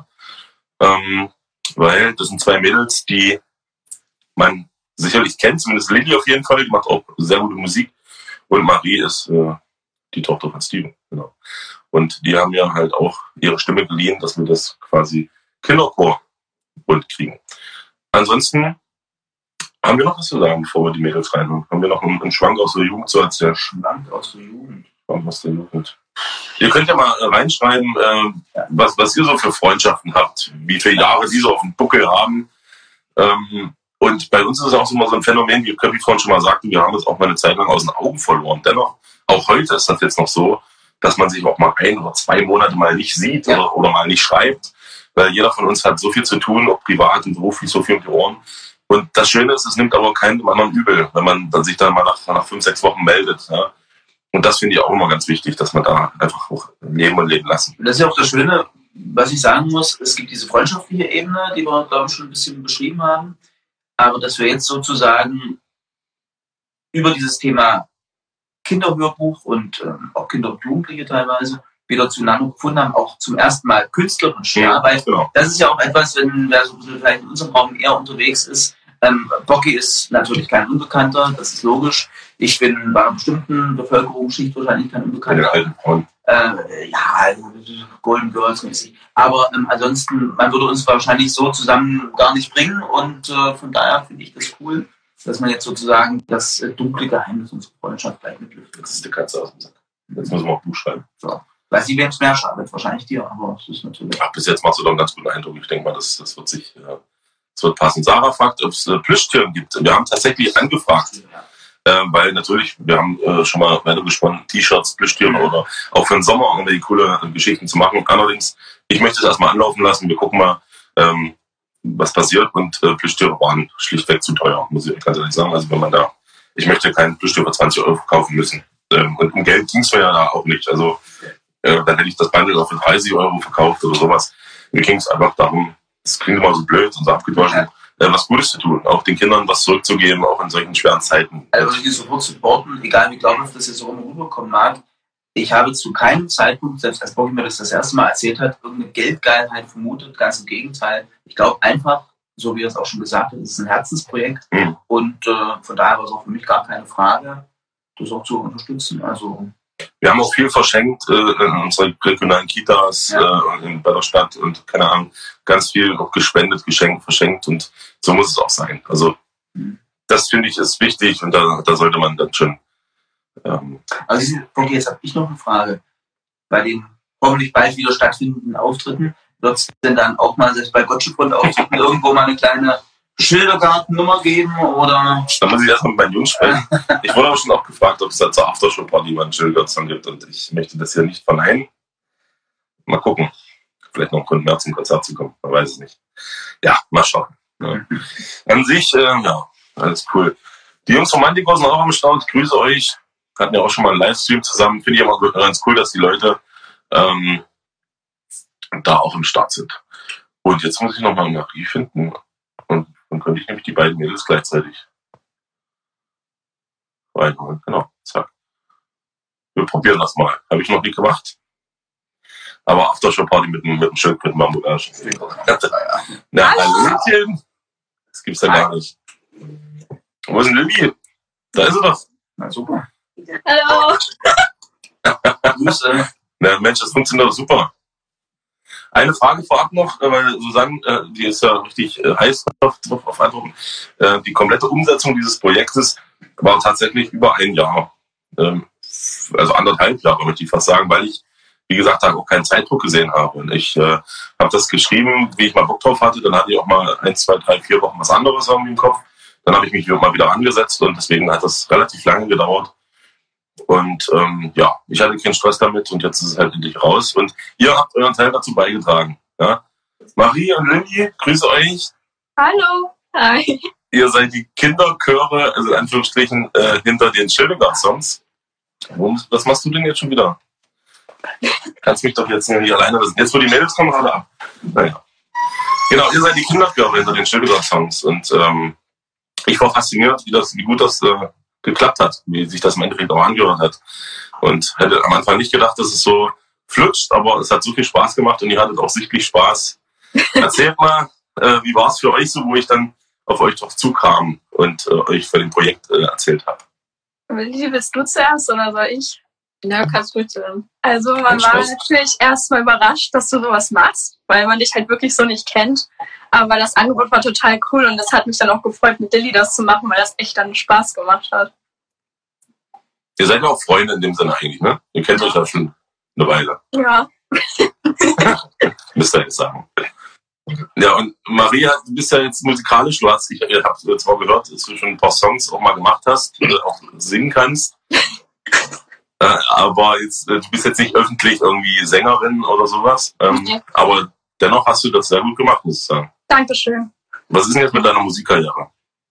Weil das sind zwei Mädels, die man sicherlich kennt, zumindest Lilly auf jeden Fall, die macht auch sehr gute Musik. Und Marie ist die Tochter von Steven. Genau. Und die haben ja halt auch ihre Stimme geliehen, dass wir das quasi Kinderchor rund kriegen. Ansonsten haben wir noch was zu sagen, bevor wir die Mädels reinholen. Haben wir noch einen Schwank aus der Jugend, so als der Schwank aus der Jugend. Schwank aus der Jugend. Ihr könnt ja mal reinschreiben, was ihr so für Freundschaften habt, wie viele Jahre die so auf dem Buckel haben. Und bei uns ist es auch immer so ein Phänomen, wie Köppi vorhin schon mal sagte, wir haben es auch mal eine Zeit lang aus den Augen verloren. Dennoch, auch heute ist das jetzt noch so, dass man sich auch mal 1 oder 2 Monate mal nicht sieht oder mal nicht schreibt. Weil jeder von uns hat so viel zu tun, ob privat und beruflich, so viel um die Ohren. Und das Schöne ist, es nimmt aber keinem anderen übel, wenn man dann sich dann mal nach 5, 6 Wochen meldet. Ja. Und das finde ich auch immer ganz wichtig, dass man da einfach auch leben und leben lassen. Und das ist ja auch das Schöne, was ich sagen muss, es gibt diese freundschaftliche Ebene, die wir, glaube ich, schon ein bisschen beschrieben haben. Aber dass wir jetzt sozusagen über dieses Thema Kinderhörbuch und auch Kinder und Jugendliche teilweise wieder zueinander gefunden haben, auch zum ersten Mal künstlerisch. Ja, weil das ist ja auch etwas, wenn wer so vielleicht in unserem Raum eher unterwegs ist. Bocky ist natürlich kein Unbekannter, das ist logisch. Ich bin bei einer bestimmten Bevölkerungsschicht wahrscheinlich kein Unbekannter. Golden Girls mäßig. Aber ansonsten, man würde uns wahrscheinlich so zusammen gar nicht bringen und von daher finde ich das cool, dass man jetzt sozusagen das dunkle Geheimnis unserer Freundschaft gleich mitlüftet. Das ist die Katze aus dem Sack. Jetzt müssen wir auch Buch schreiben. So. Weiß nicht, wem es mehr schadet, wahrscheinlich dir, aber es ist natürlich... Ach, bis jetzt machst du doch einen ganz guten Eindruck. Ich denke mal, das wird passen. Sarah fragt, ob es Plüschtüren gibt. Wir haben tatsächlich angefragt, weil natürlich, wir haben schon mal weitergesponnen, T-Shirts, Plüschtüren oder auch für den Sommer irgendwelche coole Geschichten zu machen. Allerdings, ich möchte es erstmal anlaufen lassen. Wir gucken mal, was passiert. Und Plüschtüren waren schlichtweg zu teuer, muss ich ganz ehrlich sagen. Also wenn man da, ich möchte keinen Plüschtür für 20 € verkaufen müssen. Und um Geld ging es mir ja da auch nicht. Also dann hätte ich das Bundle auch für 30 € verkauft oder sowas. Mir ging es einfach darum, das klingt immer so blöd und so abgedroschen, was Gutes zu tun, auch den Kindern was zurückzugeben, auch in solchen schweren Zeiten. Also die sofort supporten, egal wie glaubhaft das jetzt so rüberkommen mag. Ich habe zu keinem Zeitpunkt, selbst als Bocky mir das erste Mal erzählt hat, irgendeine Geldgeilheit vermutet, ganz im Gegenteil. Ich glaube einfach, so wie er es auch schon gesagt hat, es ist ein Herzensprojekt und von daher war es auch für mich gar keine Frage, das auch zu unterstützen. Also wir haben auch viel verschenkt in unseren regionalen Kitas bei der Stadt und keine Ahnung, ganz viel auch gespendet, geschenkt, verschenkt und so muss es auch sein. Also das finde ich ist wichtig und da sollte man dann schon... Also jetzt habe ich noch eine Frage. Bei den hoffentlich bald wieder stattfindenden Auftritten, wird es denn dann auch mal, selbst bei Gotschefront-Auftritten, irgendwo mal eine kleine Schildergartennummer geben, oder? Da muss ich erstmal mit meinen Jungs sprechen. Ich wurde aber schon auch gefragt, ob es da zur Aftershow-Party mal einen Schildergarten gibt und ich möchte das hier nicht verneinen. Mal gucken. Vielleicht noch im März zum Konzert zu kommen, man weiß es nicht. Ja, mal schauen. Ja. An sich, alles cool. Die Jungs vom Mantikor sind auch am Start. Ich grüße euch. Hatten ja auch schon mal einen Livestream zusammen. Finde ich immer ganz cool, dass die Leute da auch im Start sind. Und jetzt muss ich nochmal Marie finden. Und dann könnte ich nämlich die beiden Mädels gleichzeitig reinholen. Genau, zack. Wir probieren das mal. Habe ich noch nie gemacht. Aber Aftershow-Party mit einem Schild mit Mammut. Na, Hallöchen. Das gibt's ja gar nicht. Wo ist denn Lilly? Da ist sie doch. Na super. Hallo. Grüße. Na Mensch, das funktioniert doch super. Eine Frage vorab noch, weil Susanne, die ist ja richtig heiß auf Antworten. Die komplette Umsetzung dieses Projektes war tatsächlich über ein Jahr. Also 1,5 Jahre, möchte ich fast sagen, weil ich, wie gesagt, auch keinen Zeitdruck gesehen habe. Und ich habe das geschrieben, wie ich mal Bock drauf hatte. Dann hatte ich auch mal 1, 2, 3, 4 Wochen was anderes irgendwie im Kopf. Dann habe ich mich mal wieder angesetzt und deswegen hat das relativ lange gedauert. Und ja, ich hatte keinen Stress damit und jetzt ist es halt endlich raus. Und ihr habt euren Teil dazu beigetragen. Ja? Marie und Lilly, grüße euch. Hallo. Hi. Ihr seid die Kinderchöre, also in Anführungsstrichen, hinter den Schildegard-Songs. Was machst du denn jetzt schon wieder? Kannst mich doch jetzt nicht alleine lassen. Jetzt, wo die Mädels kommen, alle ab. Naja. Genau, ihr seid die Kinderchöre hinter den Schildegard-Songs. Und ich war fasziniert, wie gut das geklappt hat, wie sich das im Endeffekt auch angehört hat. Und hätte am Anfang nicht gedacht, dass es so flutscht, aber es hat so viel Spaß gemacht und ihr hattet auch sichtlich Spaß. Erzählt mal, wie war es für euch so, wo ich dann auf euch drauf zukam und euch von dem Projekt erzählt habe. Lilly, bist du zuerst oder soll ich? Ja, kannst du zuerst. Also man war natürlich erstmal überrascht, dass du sowas machst, weil man dich halt wirklich so nicht kennt. Aber das Angebot war total cool und das hat mich dann auch gefreut, mit Lilly das zu machen, weil das echt dann Spaß gemacht hat. Ihr seid ja auch Freunde in dem Sinne eigentlich, ne? Ihr kennt euch ja schon eine Weile. Ja. Müsst ihr jetzt sagen. Ja, und Maria, du bist ja jetzt musikalisch, ihr habt zwar gehört, dass du schon ein paar Songs auch mal gemacht hast, auch singen kannst. Aber jetzt, du bist jetzt nicht öffentlich irgendwie Sängerin oder sowas. Aber dennoch hast du das sehr gut gemacht, muss ich sagen. Dankeschön. Was ist denn jetzt mit deiner Musikkarriere?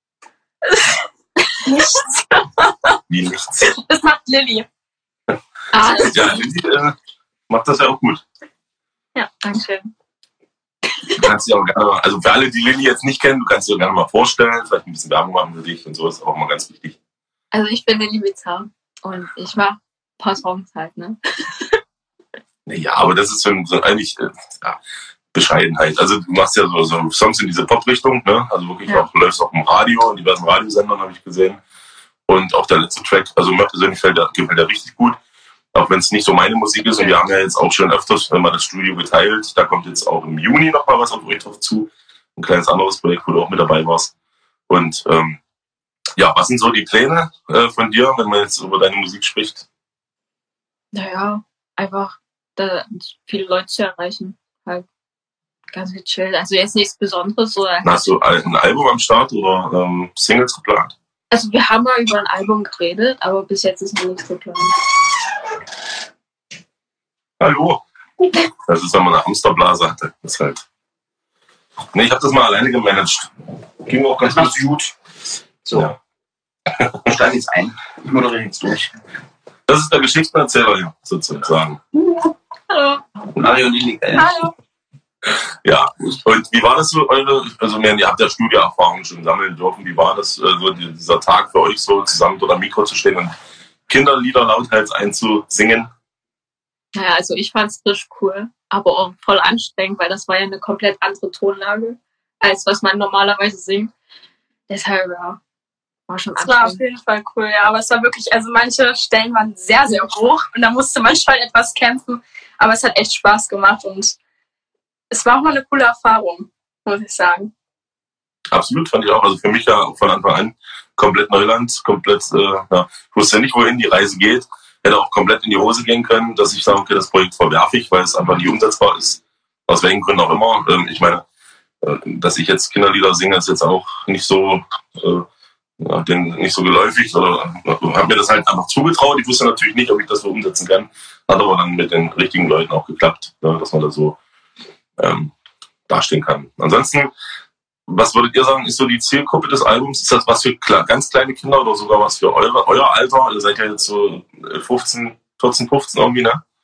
Nichts. Wie nichts? Das macht Lilly. Ja, Lilly macht das ja auch gut. Ja, dankeschön. Du kannst dich auch gerne, also für alle, die Lilly jetzt nicht kennen, du kannst dir gerne mal vorstellen, vielleicht ein bisschen Werbung machen für dich und so, ist auch mal ganz wichtig. Also ich bin Lilly Witzer und ich mache ein paar Songs halt, ne? Ja, aber das ist so eigentlich Bescheidenheit. Also du machst ja so Songs in diese Pop-Richtung, ne? Also wirklich auch, läufst auch im Radio, in diversen Radiosendern habe ich gesehen. Und auch der letzte Track, also mir persönlich gefällt der richtig gut. Auch wenn es nicht so meine Musik ist. Und wir haben ja jetzt auch schon öfters mal das Studio geteilt. Da kommt jetzt auch im Juni nochmal was auf euch drauf zu. Ein kleines anderes Projekt, wo du auch mit dabei warst. Und ja, was sind so die Pläne von dir, wenn man jetzt über deine Musik spricht? Naja, einfach da viele Leute zu erreichen. Halt ganz gechillt. Also jetzt nichts Besonderes. Oder Hast du ein Album am Start oder Singles geplant? Also wir haben mal über ein Album geredet, aber bis jetzt ist noch nichts geplant. Hallo. Das ist, wenn man eine Hamsterblase hatte. Das ist halt. Nee, ich habe das mal alleine gemanagt. Ging auch ganz gut. So. Ja. Ich steige jetzt ein. Ich moderiere jetzt durch. Das ist der Geschichtenerzähler hier, sozusagen. Hallo. Mario und Lilly. Hallo. Ja, und wie war das so, also ihr habt ja Studioerfahrungen schon sammeln dürfen, wie war das, so dieser Tag für euch so, zusammen dort am Mikro zu stehen und Kinderlieder lauthals einzusingen? Naja, also ich fand's richtig cool, aber auch voll anstrengend, weil das war ja eine komplett andere Tonlage, als was man normalerweise singt. Deshalb, ja, war schon anstrengend. Es war auf anstrengend. jeden Fall cool, ja, aber es war wirklich, also manche Stellen waren sehr, sehr hoch und da musste man schon etwas kämpfen, aber es hat echt Spaß gemacht und es war auch mal eine coole Erfahrung, muss ich sagen. Absolut, fand ich auch. Also für mich ja von Anfang an komplett Neuland, komplett, ich wusste ja nicht, wohin die Reise geht. Hätte auch komplett in die Hose gehen können, dass ich sage, okay, das Projekt verwerfe ich, weil es einfach nicht umsetzbar ist. Aus welchen Gründen auch immer. Ich meine, dass ich jetzt Kinderlieder singe, ist jetzt auch nicht so, nicht so geläufig. Oder habe mir das halt einfach zugetraut. Ich wusste natürlich nicht, ob ich das so umsetzen kann. Hat aber dann mit den richtigen Leuten auch geklappt, dass man da so dastehen kann. Ansonsten, was würdet ihr sagen, ist so die Zielgruppe des Albums? Ist das was für ganz kleine Kinder oder sogar was für euer Alter? Ihr seid ja jetzt so 14, 15 irgendwie, ne?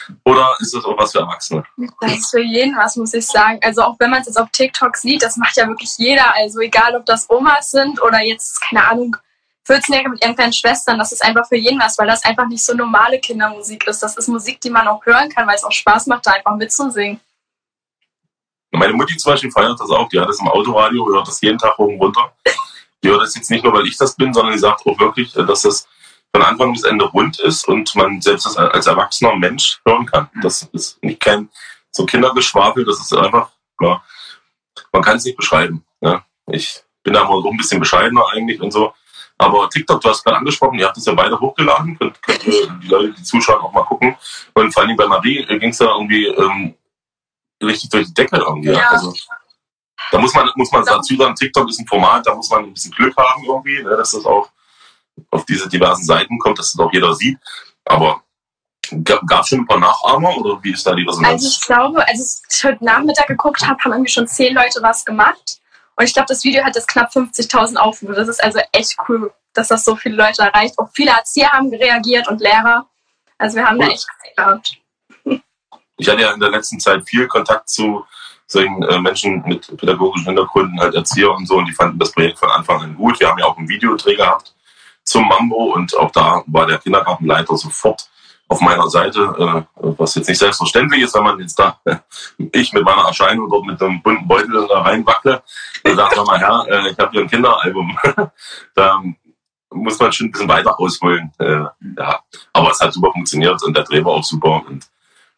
Oder ist das auch was für Erwachsene? Das ist für jeden was, muss ich sagen. Also auch wenn man es jetzt auf TikTok sieht, das macht ja wirklich jeder. Also egal, ob das Omas sind oder jetzt, keine Ahnung, 14-Jährige mit ihren kleinen Schwestern, das ist einfach für jeden was, weil das einfach nicht so normale Kindermusik ist. Das ist Musik, die man auch hören kann, weil es auch Spaß macht, da einfach mitzusingen. Meine Mutti zum Beispiel feiert das auch. Die hat das im Autoradio, hört das jeden Tag hoch und runter. Die hört das jetzt nicht nur, weil ich das bin, sondern die sagt auch wirklich, dass das von Anfang bis Ende rund ist und man selbst das als erwachsener Mensch hören kann. Das ist nicht kein so Kindergeschwafel, das ist einfach, ja, man kann es nicht beschreiben. Ja. Ich bin da mal so ein bisschen bescheidener eigentlich und so. Aber TikTok, du hast gerade angesprochen, ihr habt es ja beide hochgeladen, könnt die Leute, die zuschauen, auch mal gucken. Und vor allem bei Marie ging es ja irgendwie richtig durch die Decke irgendwie. Ja. Also, da muss man dazu sagen, TikTok ist ein Format, da muss man ein bisschen Glück haben irgendwie, ne, dass das auch auf diese diversen Seiten kommt, dass das auch jeder sieht. Aber gab es schon ein paar Nachahmer oder wie ist da die Resonanz? Also ich glaube, als ich heute Nachmittag geguckt habe, haben irgendwie schon 10 Leute was gemacht. Und ich glaube, das Video hat jetzt knapp 50.000 Aufrufe. Das ist also echt cool, dass das so viele Leute erreicht. Auch viele Erzieher haben reagiert und Lehrer. Also wir haben da echt Glück gehabt. Ich hatte ja in der letzten Zeit viel Kontakt zu solchen Menschen mit pädagogischen Hintergründen, halt Erzieher und so, und die fanden das Projekt von Anfang an gut. Wir haben ja auch einen Videodreh gehabt zum Mambo und auch da war der Kindergartenleiter sofort auf meiner Seite, was jetzt nicht selbstverständlich ist, wenn man jetzt da, ich mit meiner Erscheinung dort mit einem bunten Beutel da reinwackle und sagt, sag mal, Herr, ich habe hier ein Kinderalbum. Da muss man schon ein bisschen weiter ausholen. Ja, aber es hat super funktioniert und der Dreh war auch super. Und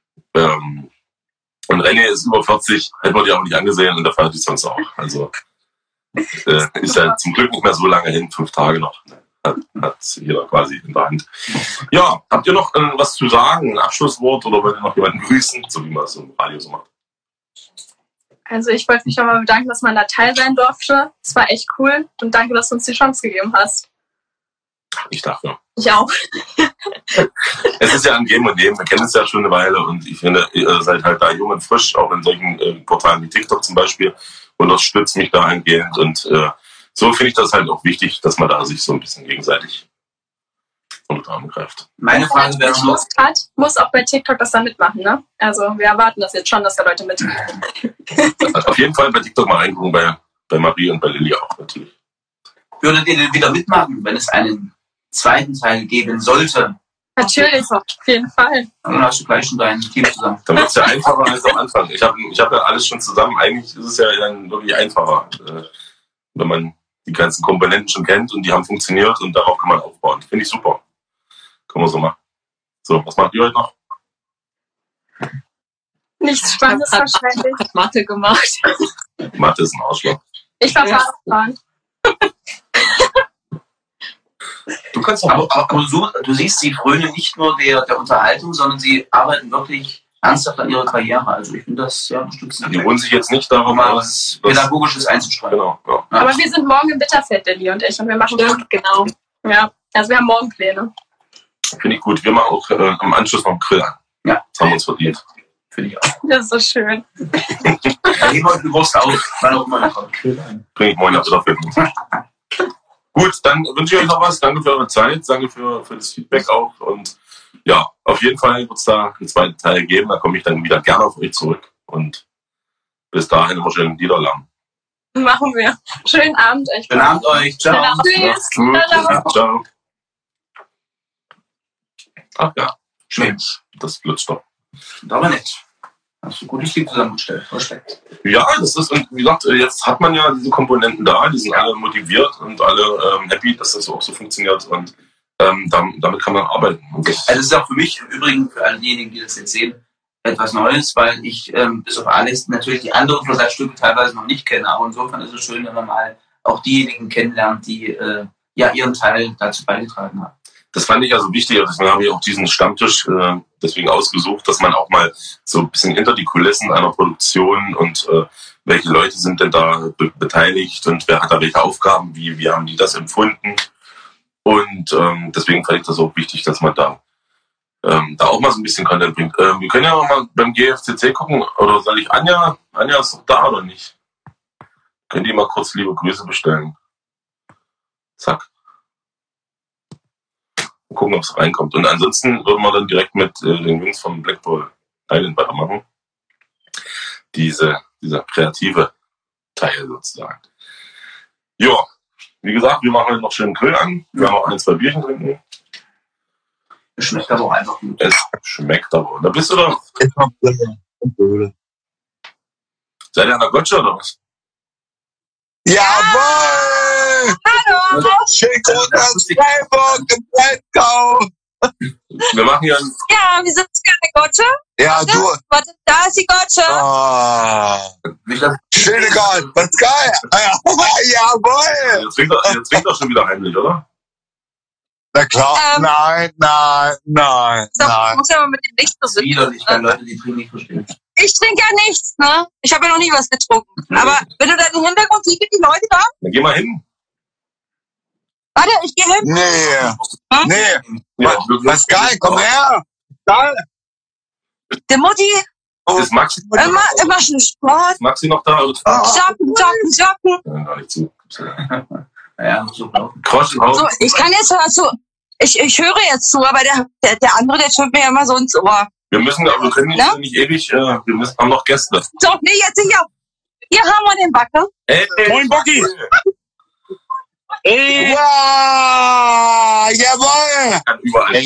René ist über 40, hätten wir die auch nicht angesehen und der feiert die sonst auch. Also ist ja zum Glück nicht mehr so lange hin, 5 Tage noch. Hat jeder quasi in der Hand. Ja, habt ihr noch was zu sagen? Ein Abschlusswort oder wollt ihr noch jemanden grüßen, so wie man es im Radio so macht? Also ich wollte mich nochmal bedanken, dass man da teil sein durfte. Es war echt cool und danke, dass du uns die Chance gegeben hast. Ich dachte. Ich auch. Es ist ja ein Geben und Nehmen. Wir kennen es ja schon eine Weile und ich finde, ihr seid halt da jung und frisch, auch in solchen Portalen wie TikTok zum Beispiel, unterstützt mich da eingehend und so finde ich das halt auch wichtig, dass man da sich so ein bisschen gegenseitig unter den Arm greift. Meine Frage wäre Wer nur, Lust hat, muss auch bei TikTok das dann mitmachen, ne? Also wir erwarten das jetzt schon, dass da Leute mitmachen. Auf jeden Fall bei TikTok mal reingucken, bei Marie und bei Lilly auch natürlich. würdet ihr denn wieder mitmachen, wenn es einen zweiten Teil geben sollte? Natürlich, auf jeden Fall. Dann hast du gleich schon dein Team zusammen. Dann wird es ja einfacher als am Anfang. Ich hab ja alles schon zusammen. Eigentlich ist es ja dann wirklich einfacher, wenn man die ganzen Komponenten schon kennt und die haben funktioniert und darauf kann man aufbauen. Finde ich super. Können wir so machen. So, was macht ihr heute noch? Nichts Spannendes wahrscheinlich. Hat Mathe gemacht. Mathe ist ein Arschloch. Ich war Fahrradfahren. Du kannst doch Aber du siehst, sie frönen nicht nur der Unterhaltung, sondern sie arbeiten wirklich ernsthaft an ihrer Karriere. Also ich finde das sehr unterstützend. die ruhen sich jetzt nicht darum mal aus, was Pädagogisches einzusteuern. Genau, ja. Aber wir sind morgen im Bitterfeld, Lilly und ich. Und wir machen Genau. Ja, also wir haben morgen Pläne. Finde ich gut. Wir machen auch im Anschluss noch einen Grill an. Ja. Das haben wir uns verdient. Finde ich auch. Das ist so schön. Da heben wir heute bewusst auf, wann auch immer kommt. Bring ich morgen auch wieder mit. Gut, dann wünsche ich euch noch was. Danke für eure Zeit. Danke für das Feedback auch. Und ja, auf jeden Fall wird es da einen zweiten Teil geben. Da komme ich dann wieder gerne auf euch zurück. Und bis dahin immer schön Lieder lernen. Machen wir. Schönen Abend euch. Schönen Abend euch. Ciao. Tschüss. Ciao. Ciao. Ach ja, Mensch, das flutscht doch. aber nett. Hast du ein gutes Team zusammengestellt. Respekt. Ja, das ist, und wie gesagt, jetzt hat man ja diese Komponenten da, die sind alle motiviert und alle happy, dass das auch so funktioniert und damit kann man arbeiten. Und Also es ist auch für mich, im Übrigen für all diejenigen, die das jetzt sehen, etwas Neues, weil ich bis auf alles natürlich die anderen Versatzstücke teilweise noch nicht kenne, aber insofern ist es schön, wenn man mal auch diejenigen kennenlernt, die ja ihren Teil dazu beigetragen haben. das fand ich ja so wichtig, deswegen habe ich auch diesen Stammtisch deswegen ausgesucht, dass man auch mal so ein bisschen hinter die Kulissen einer Produktion und welche Leute sind denn da beteiligt und wer hat da welche Aufgaben, wie haben die das empfunden. Und deswegen fand ich das auch wichtig, dass man da auch mal so ein bisschen Content bringt. Wir können ja noch mal beim GFCC gucken, oder soll ich Anja ist doch da oder nicht? Könnt ihr mal kurz liebe Grüße bestellen? Zack. Mal gucken, ob es reinkommt. Und ansonsten würden wir dann direkt mit den Jungs vom Blackpool Island weitermachen. Dieser kreative Teil sozusagen. Ja, wie gesagt, wir machen heute noch schön Grill an. Wir werden auch 1, 2 Bierchen trinken. Es schmeckt aber auch einfach gut. Es schmeckt aber. Da bist du doch. Seid ihr an der Gotcha oder was? Jawohl! Hallo! Schön gut aus Freiburg im Brettgau. Wir machen ja ein Ja, wir sind keine Gotsche. Ja, du. Warte, da ist die Gotsche. Schöne Gott, was geil. Jawohl! Ihr trinkt doch schon wieder heimlich, oder? Na klar. Nein. Ich muss ja mal mit dem Licht so Widerlich, weil Leute, die trinken nicht verstehen. Ich trinke ja nichts, ne? Ich habe ja noch nie was getrunken. Aber wenn du da im Hintergrund siehst, die Leute da, Dann geh mal hin. warte, ich gehe hin. Nee. Ja, Was geil, komm her. Geil. Der Mutti, Ist Maxi, immer schon Sport. ist Maxi noch da? Joggen. Ja, gar nicht zu. Ja, so laufen. Krosch im Haus. So, ich kann jetzt dazu. Ich höre jetzt zu, aber der andere, der schaut mir ja immer so ins Ohr. Wir können nicht ewig, haben noch Gäste. So, nee, jetzt hier. Hier haben wir den Backe. Moin, Bocky! Ja, jawohl. Kann überall.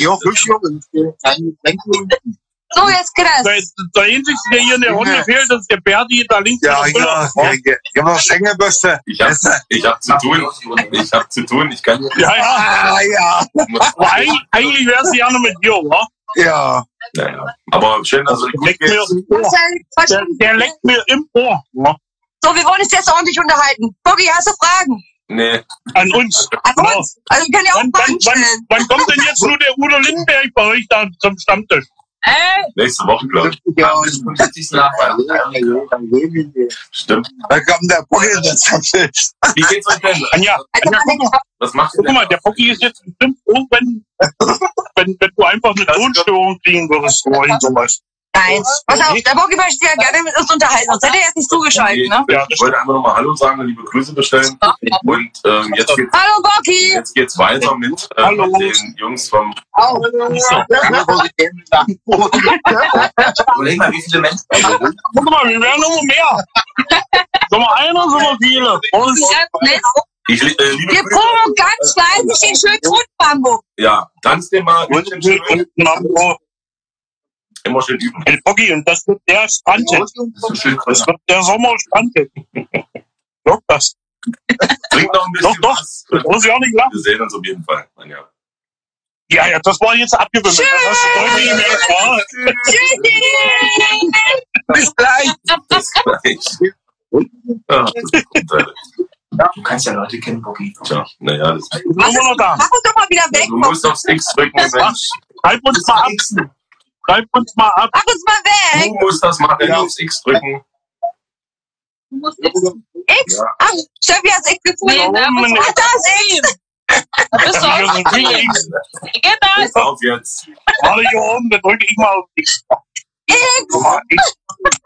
So, jetzt Chris. Der einzige, der hier in der Runde fehlt, ist der Berti, da links. Ja, gib mal Schengelbürste. Ich hab zu tun. Ich kann nicht. Ja. Ja. Aber eigentlich wär's gerne mit dir, oder? Ja. Naja. Aber schön, dass du gut Leckt mir gehst. im Ohr. Der leckt mir im Ohr. Ja. So, wir wollen uns jetzt ordentlich unterhalten. Boggy, hast du Fragen? Nee. An uns. An uns? Also, wir können ja auch Fragen stellen. Wann kommt denn jetzt nur der Udo Lindenberg bei euch da zum Stammtisch? Nächste Woche, glaube ich. Ja, Am 75. Nachfrage. Stimmt. da kommt der Bulle dazu. Wie geht's euch denn? Anja, guck Was macht ihr denn? mal, der Bocky ist jetzt bestimmt froh, wenn du einfach eine Tonstörung kriegen würdest oder sowas. Nein. Pass auf, der Boggy möchte sich ja gerne mit uns unterhalten. Sonst hätte er jetzt nicht zugeschaltet, ne? Ich wollte einfach nochmal Hallo sagen und liebe Grüße bestellen. Und Hallo, Boggy! jetzt geht's weiter mit den Jungs vom. Überleg mal, wie viele Menschen. Guck mal, wir werden immer mehr. Sind wir einer, sind wir viele. Und Liebe Wir Grüße. proben ganz fleißig den schönen Tod-Bambo. Ja, tanzt den mal. Immer schön üben. El Bocky, und das wird der Strandtipp. Das ist schön Das größer. wird der Sommer-Strandtipp. Doch, das. Trink noch ein bisschen Doch. was. Das muss ich auch nicht lachen. Wir sehen uns auf jeden Fall. Ja. Ja, das war jetzt abgewimmelt. Das hast du deutlich gemerkt. Bis gleich. Das gleich. Ja, das ist gut, Du kannst ja Leute kennen, Boggy. Tja, naja, das. Sind wir noch da? Mach uns doch mal wieder weg. Du musst aufs X drücken, Mensch. Schreib uns mal ab. Schreib uns mal ab. Mach uns mal weg. Du musst das machen, aufs X drücken. X? Ja. Ach, Steffi hat X gefunden. Warum Ach, das ist X. Das hier sind viele X. Pass auf jetzt. Warte hier oben, dann drücke ich mal auf X. X.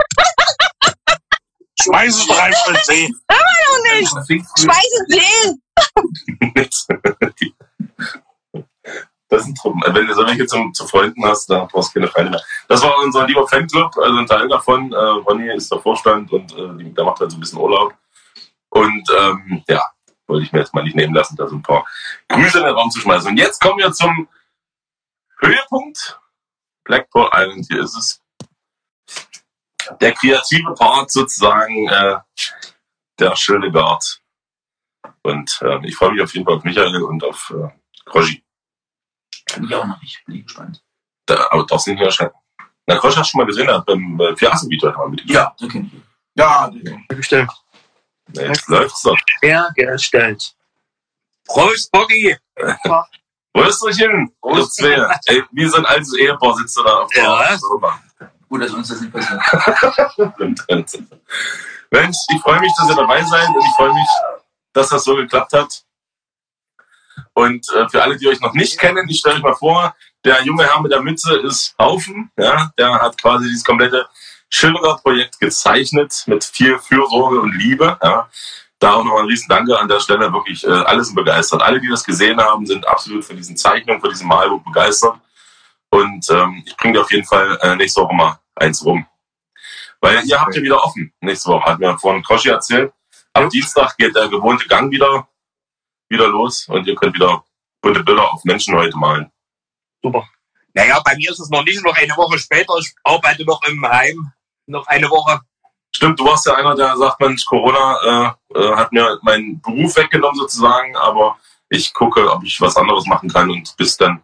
Schmeiß es doch einfach in den See. Noch nicht. Schmeißen sehen. Das sind Truppen. Wenn du solche zu Freunden hast, dann brauchst du keine Feinde mehr. Das war unser lieber Fanclub, also ein Teil davon. Ronny ist der Vorstand und der macht halt so ein bisschen Urlaub. Und ja, wollte ich mir jetzt mal nicht nehmen lassen, da so ein paar Grüße in den Raum zu schmeißen. Und jetzt kommen wir zum Höhepunkt. Blackpool Island, hier ist es. Der kreative Part sozusagen, der Schildegard. Und ich freue mich auf jeden Fall auf Michael und auf Kroschi. Kann ich auch noch nicht. Bin ich gespannt. Aber doch sind hier schon. Na, Kroschi hast du schon mal gesehen, er hat beim Fiasenbeat heute mal mitgespielt. Ja, den kenn ich. Ja, den kenn ich. Gestellt. Nee, jetzt läuft's doch. Hergestellt. Prost, Boggy! Rösterchen, ihr zwei. Ey, wie so ein altes Ehepaar sitzt du da auf der Sofa. Gut, dass uns das nicht passiert. Mensch, ich freue mich, dass ihr dabei seid und ich freue mich, dass das so geklappt hat. Und für alle, die euch noch nicht kennen, ich stelle euch mal vor, der junge Herr mit der Mütze ist Haufen. Ja, der hat quasi dieses komplette Schildegard-Projekt gezeichnet mit viel Fürsorge und Liebe. Ja. Da auch noch ein riesen Danke an der Stelle, wirklich alle sind begeistert. Alle, die das gesehen haben, sind absolut von diesen Zeichnungen, von diesem Malbuch begeistert. Und ich bringe dir auf jeden Fall nächste Woche mal eins rum. Weil ihr habt ja wieder offen nächste Woche, hat mir vorhin Kroschi erzählt. Am Dienstag geht der gewohnte Gang wieder los und ihr könnt wieder bunte Bilder auf Menschen heute malen. Super. Naja, bei mir ist es noch nicht, noch eine Woche später. Ich arbeite noch im Heim, noch eine Woche. Stimmt, du warst ja einer, der sagt, Mensch, Corona hat mir meinen Beruf weggenommen sozusagen, aber ich gucke, ob ich was anderes machen kann und bist dann,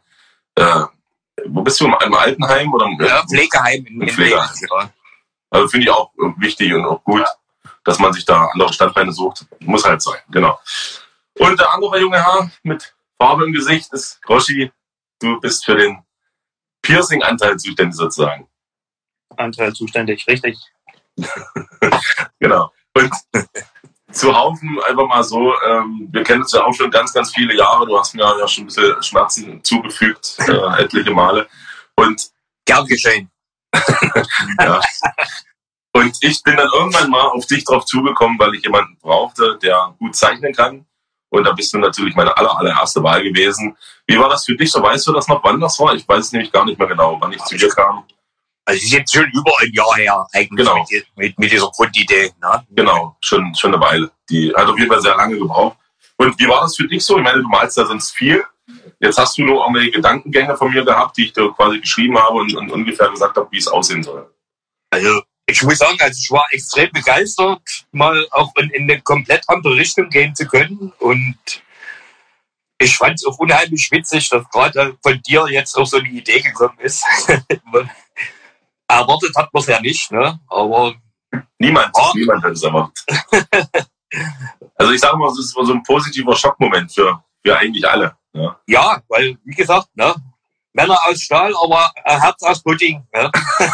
wo bist du, im Altenheim? Oder ja, Pflegeheim. In Pflegeheim. Ja. Also finde ich auch wichtig und auch gut, dass man sich da andere Standbeine sucht. Muss halt sein, genau. Und der andere junge Herr mit Farbe im Gesicht ist Kroschi. Du bist für den Piercing-Anteil zuständig sozusagen. Anteil zuständig, richtig. Genau. Und zu Haufen einfach mal so, wir kennen uns ja auch schon ganz, ganz viele Jahre. Du hast mir ja schon ein bisschen Schmerzen zugefügt, etliche Male. Und gern geschehen. Ja. Und ich bin dann irgendwann mal auf dich drauf zugekommen, weil ich jemanden brauchte, der gut zeichnen kann. Und da bist du natürlich meine allererste Wahl gewesen. Wie war das für dich? So, weißt du das noch, wann das war? Ich weiß es nämlich gar nicht mehr genau, wann ich zu dir kam. Also es ist jetzt schon über ein Jahr her eigentlich, genau. mit dieser Grundidee. Ne? Genau, schon eine Weile. Die hat auf jeden Fall sehr lange gebraucht. Und wie war das für dich so? Ich meine, du malst da sonst viel. Jetzt hast du nur irgendwelche Gedankengänge von mir gehabt, die ich dir quasi geschrieben habe und ungefähr gesagt habe, wie es aussehen soll. Also ich muss sagen, also ich war extrem begeistert, mal auch in eine komplett andere Richtung gehen zu können. Und ich fand es auch unheimlich witzig, dass gerade von dir jetzt auch so eine Idee gekommen ist. Erwartet hat man es ja nicht, ne? Aber niemand hat es erwartet. Also ich sage mal, es ist so ein positiver Schockmoment für eigentlich alle. Ja, ja, weil, wie gesagt, ne? Männer aus Stahl, aber ein Herz aus Pudding. Ne?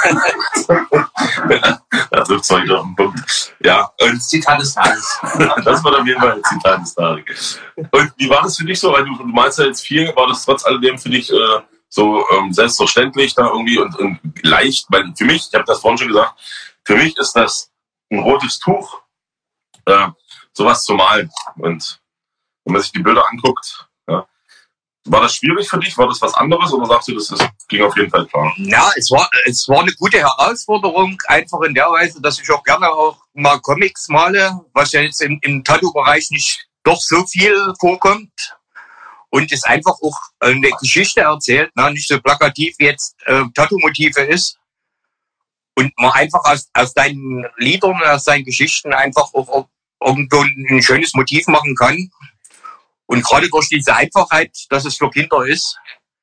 Da trifft es heute auf den Punkt. Ja, und Zitat des Tages. Das war auf jeden Fall ein Zitat des Tages. Und wie war das für dich so? Weil du malst ja jetzt viel, war das trotz alledem für dich so selbstverständlich da irgendwie und leicht? Weil für mich, ich habe das vorhin schon gesagt, für mich ist das ein rotes Tuch, sowas zu malen. Und wenn man sich die Bilder anguckt, ja, war das schwierig für dich? War das was anderes oder sagst du, das ging auf jeden Fall klar? Ja, es war eine gute Herausforderung, einfach in der Weise, dass ich auch gerne auch mal Comics male, was ja jetzt im Tattoo-Bereich nicht doch so viel vorkommt. Und es einfach auch eine Geschichte erzählt, ne? Nicht so plakativ wie jetzt Tattoo-Motive ist. Und man einfach aus deinen Liedern, aus deinen Geschichten einfach auch irgendwo ein schönes Motiv machen kann. Und gerade durch diese Einfachheit, dass es für Kinder ist,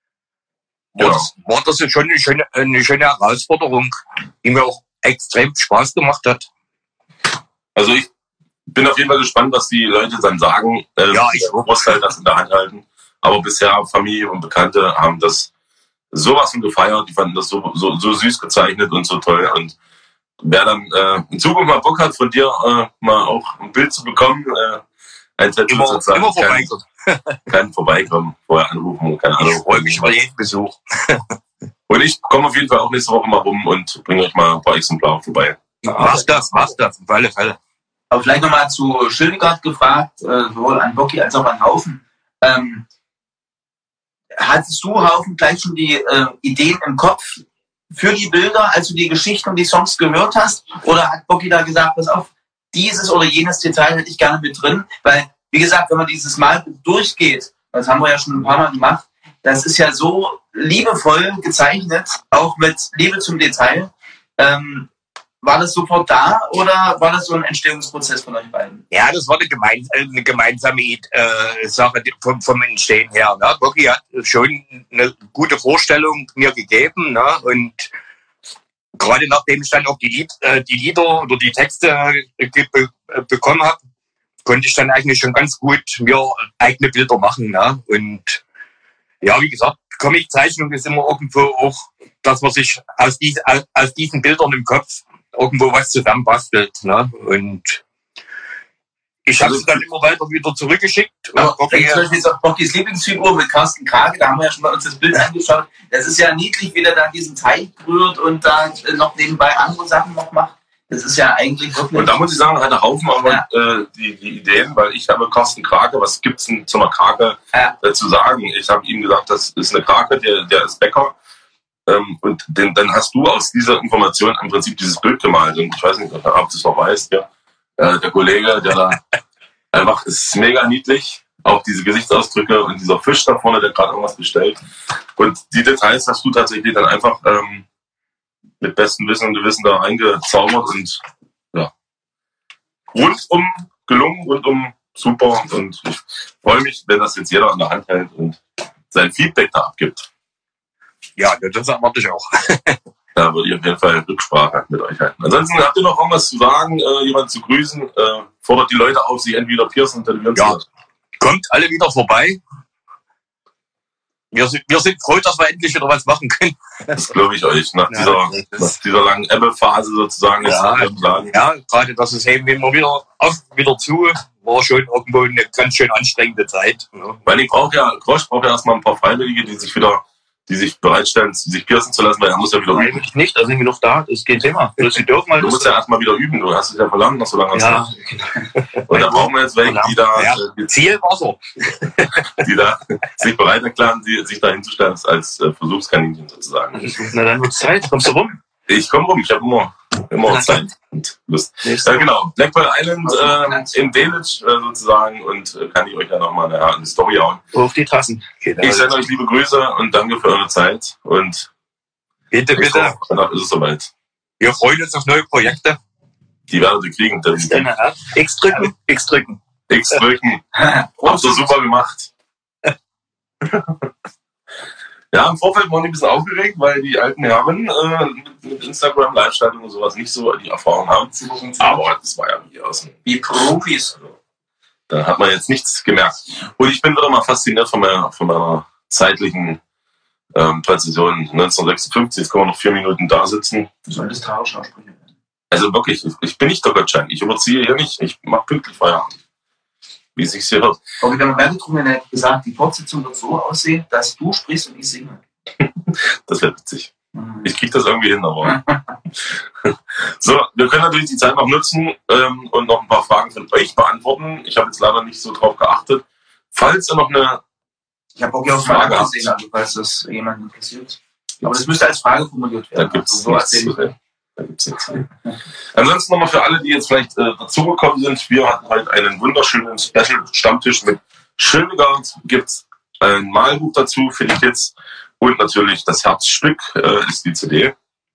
war das schon eine schöne Herausforderung, die mir auch extrem Spaß gemacht hat. Also ich bin auf jeden Fall gespannt, was die Leute dann sagen. Ja, ich Großteil das in der Hand halten. Aber bisher Familie und Bekannte haben das sowas von gefeiert. Die fanden das so süß gezeichnet und so toll. Und wer dann in Zukunft mal Bock hat, von dir mal auch ein Bild zu bekommen, ein Tattoo sozusagen, immer vorbeikommen. Kann vorbeikommen, vorher anrufen und keine Ahnung. Ich freue mich über jeden Besuch. Und ich komme auf jeden Fall auch nächste Woche mal rum und bringe euch mal ein paar Exemplare vorbei. Mach das, auf alle Fälle. Aber vielleicht nochmal zu Schildegard gefragt, sowohl an Bocky als auch an Haufen. Hattest du, Haufen, gleich schon die Ideen im Kopf für die Bilder, als du die Geschichten und die Songs gehört hast? Oder hat Bocky da gesagt, pass auf, dieses oder jenes Detail hätte ich gerne mit drin? Weil, wie gesagt, wenn man dieses Malbuch durchgeht, das haben wir ja schon ein paar Mal gemacht, das ist ja so liebevoll gezeichnet, auch mit Liebe zum Detail. War das sofort da oder war das so ein Entstehungsprozess von euch beiden? Ja, das war eine gemeinsame Sache vom Entstehen her. Ne? Bocky hat schon eine gute Vorstellung mir gegeben, ne? Und gerade nachdem ich dann auch die Lieder oder die Texte bekommen habe, konnte ich dann eigentlich schon ganz gut mir eigene Bilder machen. Ne? Und ja, wie gesagt, Comiczeichnung ist immer irgendwo auch, dass man sich aus diesen Bildern im Kopf irgendwo was zusammenbastelt. Ne? Und ich habe es dann immer weiter wieder zurückgeschickt. Ja, zum Beispiel ist auch Bockys Lieblingsfigur mit Carsten Krage, da haben wir ja schon mal uns das Bild angeschaut. Das ist ja niedlich, wie der da diesen Teig rührt und da noch nebenbei andere Sachen noch macht. Das ist ja eigentlich wirklich... Und da muss ich sagen, hat der Haufen aber die Ideen, weil ich habe Carsten Krake, was gibt's denn zu einer Krake zu sagen? Ich habe ihm gesagt, das ist eine Krake, der ist Bäcker. Und dann hast du aus dieser Information im Prinzip dieses Bild gemalt. Und ich weiß nicht, ob du es noch weißt, ja. Der Kollege, der da einfach ist mega niedlich. Auch diese Gesichtsausdrücke und dieser Fisch da vorne, der gerade irgendwas bestellt. Und die Details hast du tatsächlich dann einfach mit bestem Wissen und Gewissen da reingezaubert und ja, rundum gelungen, rundum super. Und ich freue mich, wenn das jetzt jeder an der Hand hält und sein Feedback da abgibt. Ja, das erwarte ich auch. Da würde ich auf jeden Fall Rücksprache mit euch halten. Ansonsten habt ihr noch irgendwas zu sagen, jemanden zu grüßen, fordert die Leute auf, sich entweder piercen und tätowieren zu lassen. Kommt alle wieder vorbei. Wir sind froh, dass wir endlich wieder was machen können. Das glaube ich euch, nach dieser langen Ebbe-Phase sozusagen. Ja, gerade das ist eben immer wieder zu, war schon irgendwo eine ganz schön anstrengende Zeit. Ja. Weil Grosch braucht ja erstmal ein paar Freiwillige, die sich bereitstellen, sich piercen zu lassen, weil er muss ja wieder üben. Eigentlich nicht, da sind wir noch da, das ist kein Thema. Du musst ja erstmal wieder üben, du hast es ja verlangt, noch so lange Zeit. Und da brauchen wir jetzt welche, die da Zielwasser, die da sich bereit erklären, sich da hinzustellen als Versuchskaninchen sozusagen. Na dann wird's Zeit, kommst du rum? Ich komme rum, ich habe immer Zeit und Lust. Genau, Black Pearl Island im Delitzsch sozusagen und kann ich euch ja nochmal eine Story hauen. Auf die Tassen. Ich sende euch liebe Grüße und danke für eure Zeit und bitte. Danach ist es soweit. Wir freuen uns auf neue Projekte. Die werdet ihr kriegen. X drücken. Habt ihr super gemacht. Ja, im Vorfeld waren die ein bisschen aufgeregt, weil die alten Herren mit Instagram, Live-Schaltung und sowas nicht so die Erfahrung haben. Aber das war ja wie Profis. Da hat man jetzt nichts gemerkt. Und ich bin wieder mal fasziniert von meiner zeitlichen Präzision. 1956, jetzt können wir noch 4 Minuten da sitzen. Du solltest Tauschaussprecher werden. Also wirklich, ich bin nicht der Gottschein. Ich überziehe hier nicht. Ich mache pünktlich Feierabend. Wie es sich hier hört. Aber wir haben mehr getrunken, er hat gesagt, die Fortsetzung wird so aussehen, dass du sprichst und ich singe. Das wäre witzig. Ich kriege das irgendwie hin, aber. So, wir können natürlich die Zeit noch nutzen und noch ein paar Fragen von euch beantworten. Ich habe jetzt leider nicht so drauf geachtet. Falls ihr noch eine Ich habe auch auf Frage gesehen, also falls das jemanden interessiert. Aber das müsste als Frage formuliert werden. Da gibt es nichts. Ansonsten nochmal für alle, die jetzt vielleicht dazugekommen sind. Wir hatten heute einen wunderschönen Special-Stammtisch mit Schildegard. Gibt es ein Malbuch dazu für die Kids. Und natürlich das Herzstück ist die CD.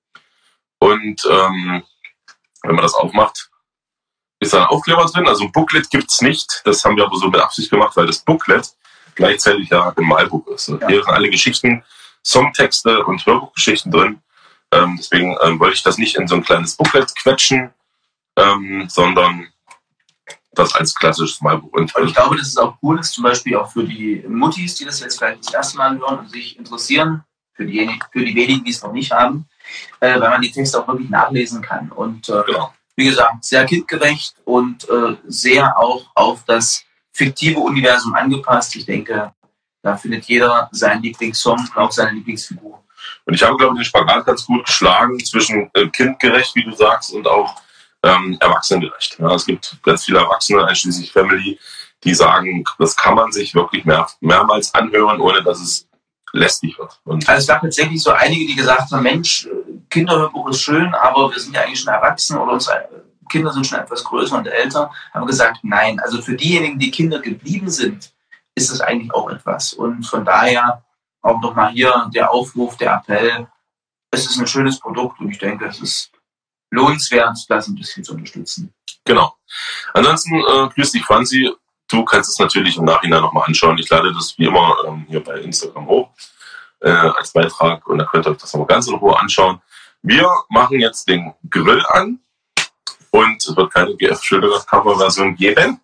Und wenn man das aufmacht, ist da ein Aufkleber drin. Also ein Booklet gibt es nicht. Das haben wir aber so mit Absicht gemacht, weil das Booklet gleichzeitig ja im Malbuch ist. Ja. Hier sind alle Geschichten, Songtexte und Hörbuchgeschichten drin. Deswegen wollte ich das nicht in so ein kleines Booklet quetschen, sondern das als klassisches Malbuch. Und ich glaube, dass es auch cool ist, zum Beispiel auch für die Muttis, die das jetzt vielleicht das erste Mal hören und sich interessieren, für die wenigen, die es noch nicht haben, weil man die Texte auch wirklich nachlesen kann. Und genau. Wie gesagt, sehr kindgerecht und sehr auch auf das fiktive Universum angepasst. Ich denke, da findet jeder seinen Lieblingssong und auch seine Lieblingsfigur. Und ich habe, glaube ich, den Spagat ganz gut geschlagen zwischen kindgerecht, wie du sagst, und auch erwachsenengerecht. Ja, es gibt ganz viele Erwachsene, einschließlich Family, die sagen, das kann man sich wirklich mehrmals anhören, ohne dass es lästig wird. Und also es gab tatsächlich so einige, die gesagt haben, Mensch, Kinderhörbuch ist schön, aber wir sind ja eigentlich schon erwachsen oder unsere Kinder sind schon etwas größer und älter. Haben gesagt, nein, also für diejenigen, die Kinder geblieben sind, ist das eigentlich auch etwas. Und von daher auch nochmal hier der Aufruf, der Appell. Es ist ein schönes Produkt und ich denke, es ist lohnenswert, das ein bisschen zu unterstützen. Genau. Ansonsten grüß dich, Franzi. Du kannst es natürlich im Nachhinein nochmal anschauen. Ich lade das wie immer hier bei Instagram hoch als Beitrag und dann könnt ihr euch das nochmal ganz in Ruhe anschauen. Wir machen jetzt den Grill an und es wird keine GF-Schilder-Cover-Version geben,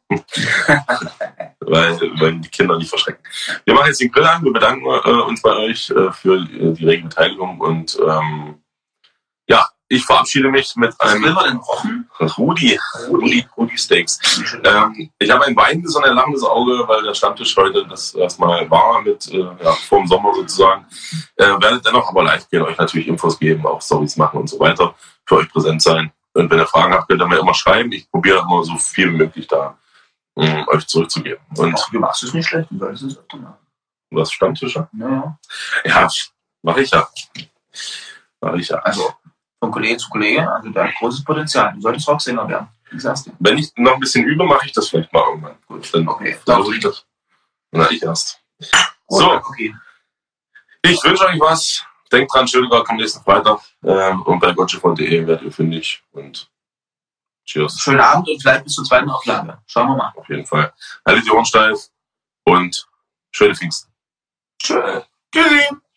weil die Kinder nicht verschrecken. Wir machen jetzt den Grill an. Wir bedanken uns bei euch für die rege Beteiligung und ja, ich verabschiede mich mit einem Rudi Steaks. Ich habe ein weinendes und ein lachendes Auge, weil der Stammtisch heute das erstmal war mit vor dem Sommer sozusagen. Werdet dennoch aber live gehen, euch natürlich Infos geben, auch Storys machen und so weiter, für euch präsent sein. Und wenn ihr Fragen habt, könnt ihr mir immer schreiben. Ich probiere immer so viel wie möglich da euch zurückzugeben. Und du machst es nicht schlecht, du solltest es öfter machen. Was, Stammtische? Ja, mache ich ja. Also von Kollege zu Kollege, also da großes Potenzial. Du solltest Rocksänger werden. Wie sagst du? Wenn ich noch ein bisschen übe, mache ich das vielleicht mal irgendwann. Gut, dann versuche ich das. Na, ich erst. So, okay. Ich wünsche euch was. Denkt dran, Schöneberg kommt nächsten Freitag. Und bei gotchefon.de werdet ihr fündig. Und cheers. Schönen Abend und vielleicht bis zur zweiten Auflage. Schauen wir mal. Auf jeden Fall. Haltet die Ohren steif und schöne Pfingsten. Tschüss. Tschüssi.